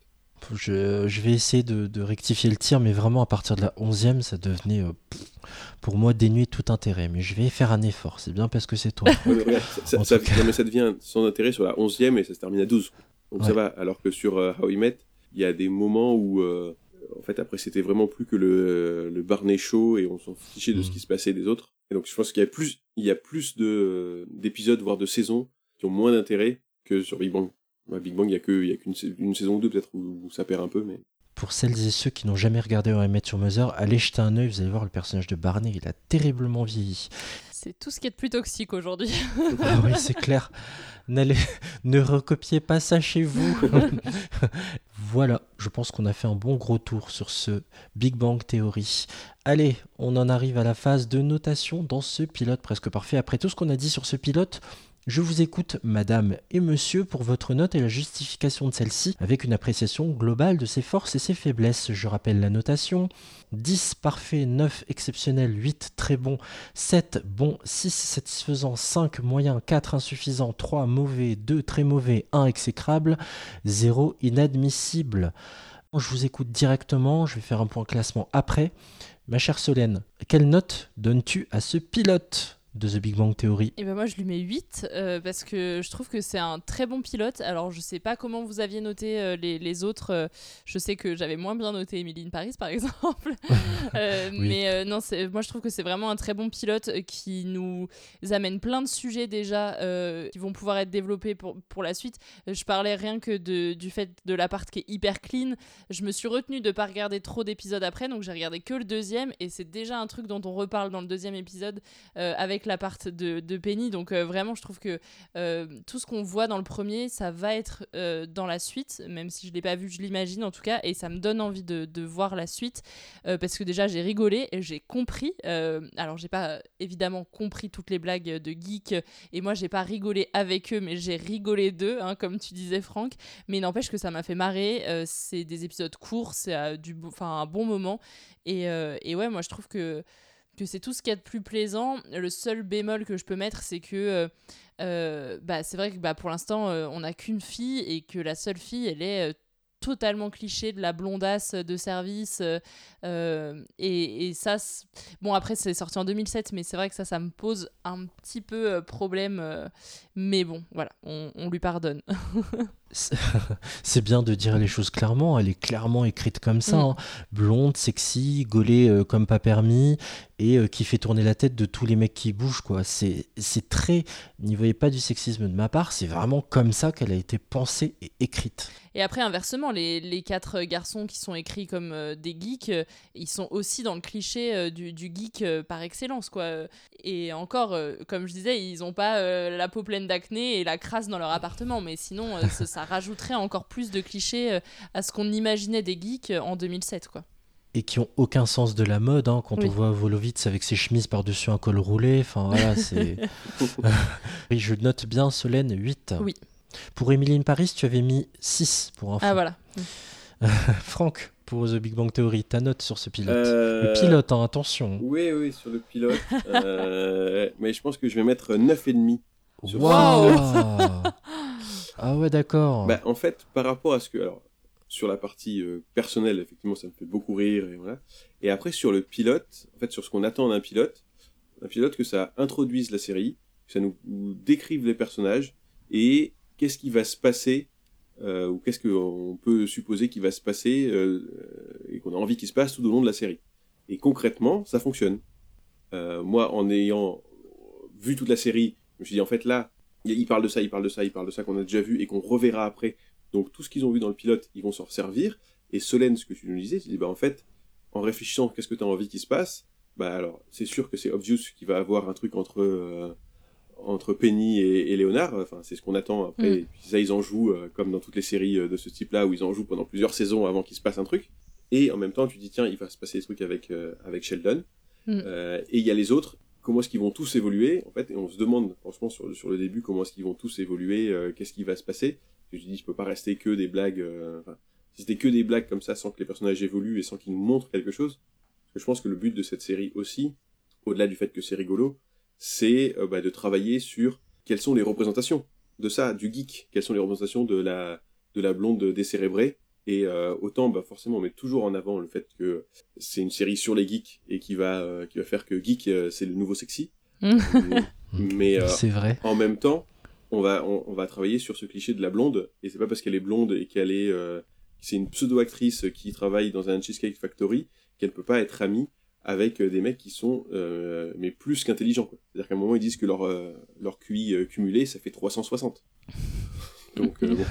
Je, je vais essayer de, de rectifier le tir, mais vraiment à partir de la onzième, ça devenait euh, pff, pour moi dénué de tout intérêt. Mais je vais faire un effort, c'est bien parce que c'est toi. Ouais, mais regarde, ça, ça, ça, non, mais ça devient sans intérêt sur la onzième et ça se termine à douze. Donc ouais. Ça va, alors que sur uh, How I Met, il y a des moments où, euh, en fait, après c'était vraiment plus que le, le Barney Show et on s'en fichait de mmh. ce qui se passait des autres. Et donc je pense qu'il y a plus, il y a plus de, d'épisodes, voire de saisons, qui ont moins d'intérêt que sur Big Bang. Ouais, Big Bang, il n'y a qu'une y a qu'une une saison ou deux peut-être où, où ça perd un peu, mais... Pour celles et ceux qui n'ont jamais regardé How I Met Your Mother, allez jeter un œil, vous allez voir le personnage de Barney, il a terriblement vieilli. C'est tout ce qui est de plus toxique aujourd'hui. Ah oui, c'est clair. N'allez, ne recopiez pas ça chez vous. Voilà, je pense qu'on a fait un bon gros tour sur ce Big Bang Theory. Allez, on en arrive à la phase de notation dans ce pilote presque parfait. Après tout ce qu'on a dit sur ce pilote, je vous écoute, madame et monsieur, pour votre note et la justification de celle-ci, avec une appréciation globale de ses forces et ses faiblesses. Je rappelle la notation: dix parfait, neuf exceptionnel, huit très bon, sept bon, six satisfaisant, cinq moyen, quatre insuffisant, trois mauvais, deux très mauvais, un exécrable, zéro inadmissible. Je vous écoute directement, je vais faire un point classement après. Ma chère Solène, quelle note donnes-tu à ce pilote de The Big Bang Theory? Et ben moi je lui mets huit euh, parce que je trouve que c'est un très bon pilote. Alors je sais pas comment vous aviez noté euh, les, les autres, euh, je sais que j'avais moins bien noté Emily in Paris par exemple. euh, oui. Mais euh, non, c'est, moi je trouve que c'est vraiment un très bon pilote qui nous amène plein de sujets déjà euh, qui vont pouvoir être développés pour, pour la suite. Je parlais rien que de, du fait de l'appart qui est hyper clean. Je me suis retenue de pas regarder trop d'épisodes après, donc j'ai regardé que le deuxième et c'est déjà un truc dont on reparle dans le deuxième épisode euh, avec l'appart de, de Penny, donc euh, vraiment je trouve que euh, tout ce qu'on voit dans le premier ça va être euh, dans la suite, même si je l'ai pas vu, je l'imagine en tout cas, et ça me donne envie de, de voir la suite euh, parce que déjà j'ai rigolé et j'ai compris euh, alors j'ai pas évidemment compris toutes les blagues de geek et moi j'ai pas rigolé avec eux mais j'ai rigolé d'eux hein, comme tu disais Franck, mais n'empêche que ça m'a fait marrer, euh, c'est des épisodes courts, c'est euh, du, un bon moment et, euh, et ouais moi je trouve que que c'est tout ce qu'il y a de plus plaisant. Le seul bémol que je peux mettre, c'est que euh, euh, bah, c'est vrai que bah, pour l'instant, euh, on n'a qu'une fille et que la seule fille, elle est euh, totalement cliché de la blondasse de service. Euh, et, et ça, c'est... bon, après, c'est sorti en deux mille sept, mais c'est vrai que ça, ça me pose un petit peu euh, problème. Euh, mais bon, voilà, on, on lui pardonne. C'est bien de dire les choses clairement, elle est clairement écrite comme ça, mmh. hein. Blonde, sexy, gaulée euh, comme pas permis, et euh, qui fait tourner la tête de tous les mecs qui bougent, quoi. C'est, c'est très... N'y voyez pas du sexisme de ma part, c'est vraiment comme ça qu'elle a été pensée et écrite. Et après, inversement, les, les quatre garçons qui sont écrits comme euh, des geeks, euh, ils sont aussi dans le cliché euh, du, du geek euh, par excellence, quoi. Et encore, euh, comme je disais, ils n'ont pas euh, la peau pleine d'acné et la crasse dans leur appartement, mais sinon, euh, ça, ça rajouterait encore plus de clichés euh, à ce qu'on imaginait des geeks euh, en deux mille sept, quoi. Et qui ont aucun sens de la mode, hein, quand oui. on voit Volovitz avec ses chemises par-dessus un col roulé, enfin voilà, c'est... Je note bien Solène, huit. Oui. Pour Emily in Paris, tu avais mis six pour info. Ah voilà. Franck, pour The Big Bang Theory, ta note sur ce pilote. Euh... Le pilote, hein, attention. Oui, oui, sur le pilote. euh... Mais je pense que je vais mettre neuf virgule cinq sur Wow. Ah ouais, d'accord. Bah, en fait, par rapport à ce que... Alors, sur la partie euh, personnelle, effectivement, ça me fait beaucoup rire. Et, voilà. Et après, sur le pilote, en fait, sur ce qu'on attend d'un pilote, un pilote, que ça introduise la série, que ça nous, nous décrive les personnages, et qu'est-ce qui va se passer, euh, ou qu'est-ce qu'on peut supposer qu'il va se passer, euh, et qu'on a envie qu'il se passe tout au long de la série. Et concrètement, ça fonctionne. Euh, moi, en ayant vu toute la série, je me suis dit, en fait, là, il parle de ça, il parle de ça, il parle de ça qu'on a déjà vu, et qu'on reverra après. Donc, tout ce qu'ils ont vu dans le pilote, ils vont s'en servir. Et Solène, ce que tu nous disais, tu dis, bah, en fait, en réfléchissant, qu'est-ce que tu as envie qu'il se passe? Bah, alors, c'est sûr que c'est obvious qu'il va avoir un truc entre, euh, entre Penny et, et Léonard. Enfin, c'est ce qu'on attend après. Mm. Et puis ça, ils en jouent, euh, comme dans toutes les séries euh, de ce type-là, où ils en jouent pendant plusieurs saisons avant qu'il se passe un truc. Et en même temps, tu dis, tiens, il va se passer des trucs avec, euh, avec Sheldon. Mm. Euh, et il y a les autres. Comment est-ce qu'ils vont tous évoluer, en fait? Et on se demande, franchement, sur le, sur le début, comment est-ce qu'ils vont tous évoluer, euh, qu'est-ce qui va se passer? Je dis, je peux pas rester que des blagues, euh, enfin, si c'était que des blagues comme ça, sans que les personnages évoluent et sans qu'ils nous montrent quelque chose. Parce que je pense que le but de cette série aussi, au-delà du fait que c'est rigolo, c'est euh, bah, de travailler sur quelles sont les représentations de ça, du geek, quelles sont les représentations de la, de la blonde décérébrée. Et euh, autant, bah, forcément, on met toujours en avant le fait que c'est une série sur les geeks et qui va, euh, qui va faire que geek, euh, c'est le nouveau sexy. Mais euh, c'est vrai. En même temps, on va, on, on va travailler sur ce cliché de la blonde. Et c'est pas parce qu'elle est blonde et qu'elle est... Euh, c'est une pseudo-actrice qui travaille dans un Cheesecake Factory qu'elle peut pas être amie avec des mecs qui sont euh, mais plus qu'intelligents, quoi. C'est-à-dire qu'à un moment, ils disent que leur, euh, leur Q I euh, cumulé, ça fait trois cent soixante. Donc, euh, bon.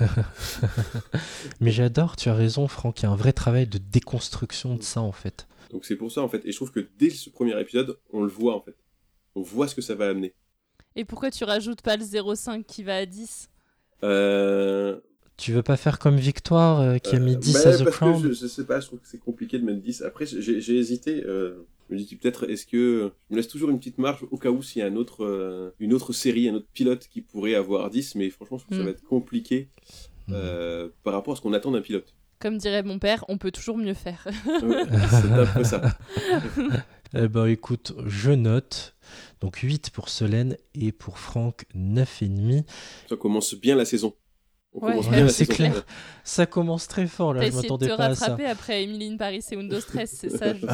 Mais j'adore, tu as raison, Franck, il y a un vrai travail de déconstruction de ça, en fait. Donc c'est pour ça, en fait. Et je trouve que dès ce premier épisode, on le voit, en fait. On voit ce que ça va amener. Et pourquoi tu rajoutes pas le zéro virgule cinq qui va à dix? Euh... Tu veux pas faire comme Victoire euh, qui a mis dix bah, à The parce Crown? que je, je sais pas, je trouve que c'est compliqué de mettre dix. Après, j'ai, j'ai hésité. Euh, je me dis peut-être, est-ce que je me laisse toujours une petite marge au cas où s'il y a un autre, euh, une autre série, un autre pilote qui pourrait avoir dix, mais franchement, je trouve que mm. ça va être compliqué euh, mm. par rapport à ce qu'on attend d'un pilote. Comme dirait mon père, on peut toujours mieux faire. Ouais, c'est un peu ça. Eh ben écoute, je note. Donc huit pour Solène et pour Franck, neuf virgule cinq. Ça commence bien la saison. On ouais, bien c'est saison. Clair. Ça commence très fort, là. T'as je m'attendais pas à ça. T'as essayé de te rattraper après Emily in Paris et Undo Stress, c'est ça je...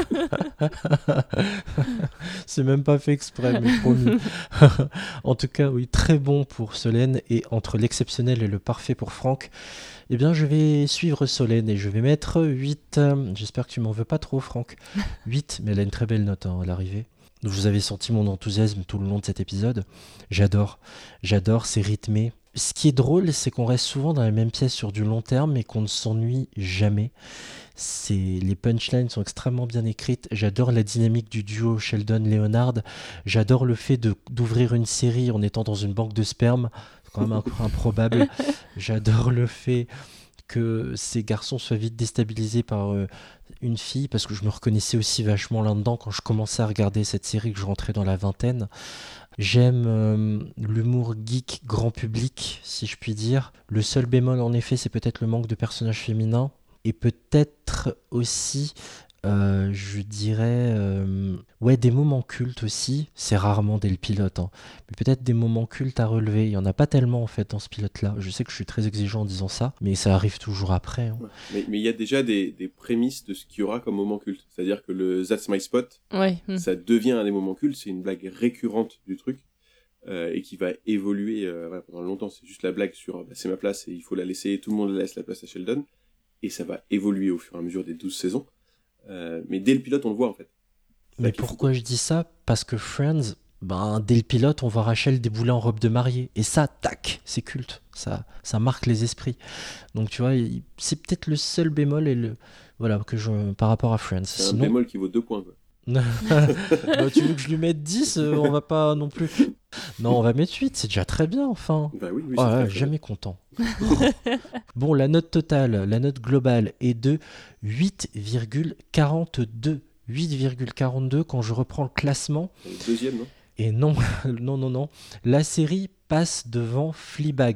C'est même pas fait exprès, mais promis. En tout cas, oui, très bon pour Solène. Et entre l'exceptionnel et le parfait pour Franck, eh bien, je vais suivre Solène et je vais mettre huit. J'espère que tu m'en veux pas trop, Franck. huit, mais elle a une très belle note hein, à l'arrivée. Vous avez senti mon enthousiasme tout le long de cet épisode. J'adore, j'adore, c'est rythmé. Ce qui est drôle, c'est qu'on reste souvent dans la même pièce sur du long terme et qu'on ne s'ennuie jamais. C'est... Les punchlines sont extrêmement bien écrites. J'adore la dynamique du duo Sheldon-Leonard. J'adore le fait de... d'ouvrir une série en étant dans une banque de sperme. C'est quand même improbable. J'adore le fait que ces garçons soient vite déstabilisés par euh, une fille, parce que je me reconnaissais aussi vachement là-dedans quand je commençais à regarder cette série, que je rentrais dans la vingtaine. J'aime euh, l'humour geek grand public, si je puis dire. Le seul bémol, en effet, c'est peut-être le manque de personnages féminins. Et peut-être aussi, euh, je dirais, euh, ouais, des moments cultes aussi. C'est rarement dès le pilote, hein. Mais peut-être des moments cultes à relever. Il n'y en a pas tellement, en fait, dans ce pilote-là. Je sais que je suis très exigeant en disant ça, mais ça arrive toujours après. Hein. Ouais. Mais il y a déjà des, des prémices de ce qu'il y aura comme moment culte. C'est-à-dire que le That's My Spot, ouais. ça devient un des moments cultes. C'est une blague récurrente du truc. Euh, et qui va évoluer euh, ouais, pendant longtemps. C'est juste la blague sur bah, c'est ma place et il faut la laisser, tout le monde laisse la place à Sheldon, et ça va évoluer au fur et à mesure des douze saisons. Euh, mais dès le pilote, on le voit en fait. C'est mais pourquoi je dis ça? Parce que Friends, ben, dès le pilote, on voit Rachel débouler en robe de mariée, et ça, tac, c'est culte, ça, ça marque les esprits. Donc tu vois, il, c'est peut-être le seul bémol et le, voilà, que je, par rapport à Friends. C'est Sinon... un bémol qui vaut deux points, quoi. Bah, tu veux que je lui mette dix, euh, on va pas non plus. Non, on va mettre huit, c'est déjà très bien, enfin. Bah oui, oui, oh, c'est ouais, très jamais content. Bon, la note totale, la note globale est de huit virgule quarante-deux. huit virgule quarante-deux quand je reprends le classement. Le deuxième, non? Et non, non, non, non. La série passe devant Fleabag.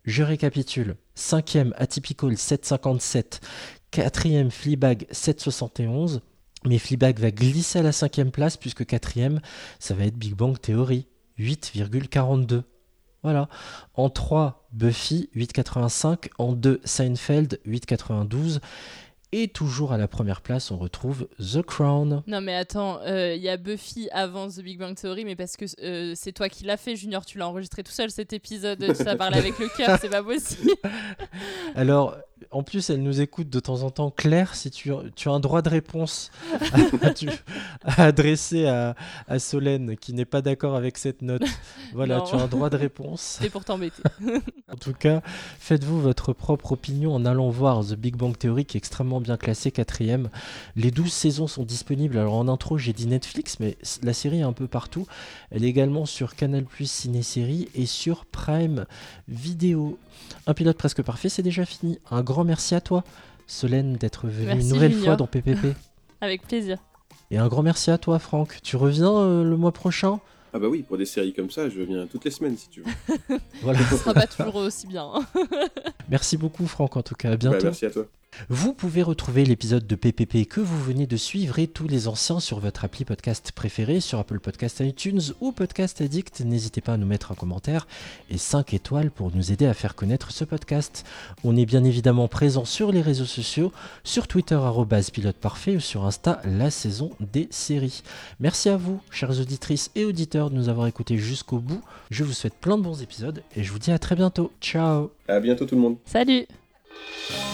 Je récapitule. Cinquième, Atypical sept virgule cinquante-sept. Quatrième, Fleabag sept virgule soixante et onze. Mais Fleabag va glisser à la cinquième place puisque quatrième, ça va être Big Bang Theory, huit virgule quarante-deux. Voilà. En trois, Buffy, huit virgule quatre-vingt-cinq. En deux, Seinfeld, huit virgule quatre-vingt-douze. Et toujours à la première place, on retrouve The Crown. Non mais attends, il euh, y a Buffy avant The Big Bang Theory, mais parce que euh, c'est toi qui l'as fait, Junior, tu l'as enregistré tout seul cet épisode, tu as parlé avec le cœur, c'est pas possible. Alors, en plus, elle nous écoute de temps en temps. Claire, si tu, tu as un droit de réponse à, tu, à adresser à, à Solène, qui n'est pas d'accord avec cette note, voilà, Non. tu as un droit de réponse. C'est pour t'embêter. En tout cas, faites-vous votre propre opinion en allant voir The Big Bang Theory, qui est extrêmement bien classé, quatrième. Les douze saisons sont disponibles. Alors en intro, j'ai dit Netflix, mais la série est un peu partout. Elle est également sur Canal plus, Ciné-Série et sur Prime Vidéo. Un pilote presque parfait, c'est déjà fini. Un grand merci à toi, Solène, d'être venue Merci, une nouvelle Junior. fois dans P P P. Avec plaisir. Et un grand merci à toi, Franck. Tu reviens euh, le mois prochain ? Ah bah oui, pour des séries comme ça, je viens toutes les semaines si tu veux. Voilà. Ce sera pas toujours aussi bien. Merci beaucoup, Franck, en tout cas. À bientôt. Bah, merci à toi. Vous pouvez retrouver l'épisode de P P P que vous venez de suivre et tous les anciens sur votre appli podcast préféré, sur Apple Podcast, iTunes ou Podcast Addict. N'hésitez pas à nous mettre un commentaire et cinq étoiles pour nous aider à faire connaître ce podcast. On est bien évidemment présent sur les réseaux sociaux, sur Twitter arobase pilote parfait ou sur Insta la saison des séries. Merci à vous, chères auditrices et auditeurs, de nous avoir écoutés jusqu'au bout. Je vous souhaite plein de bons épisodes et je vous dis à très bientôt. Ciao. À bientôt tout le monde. Salut.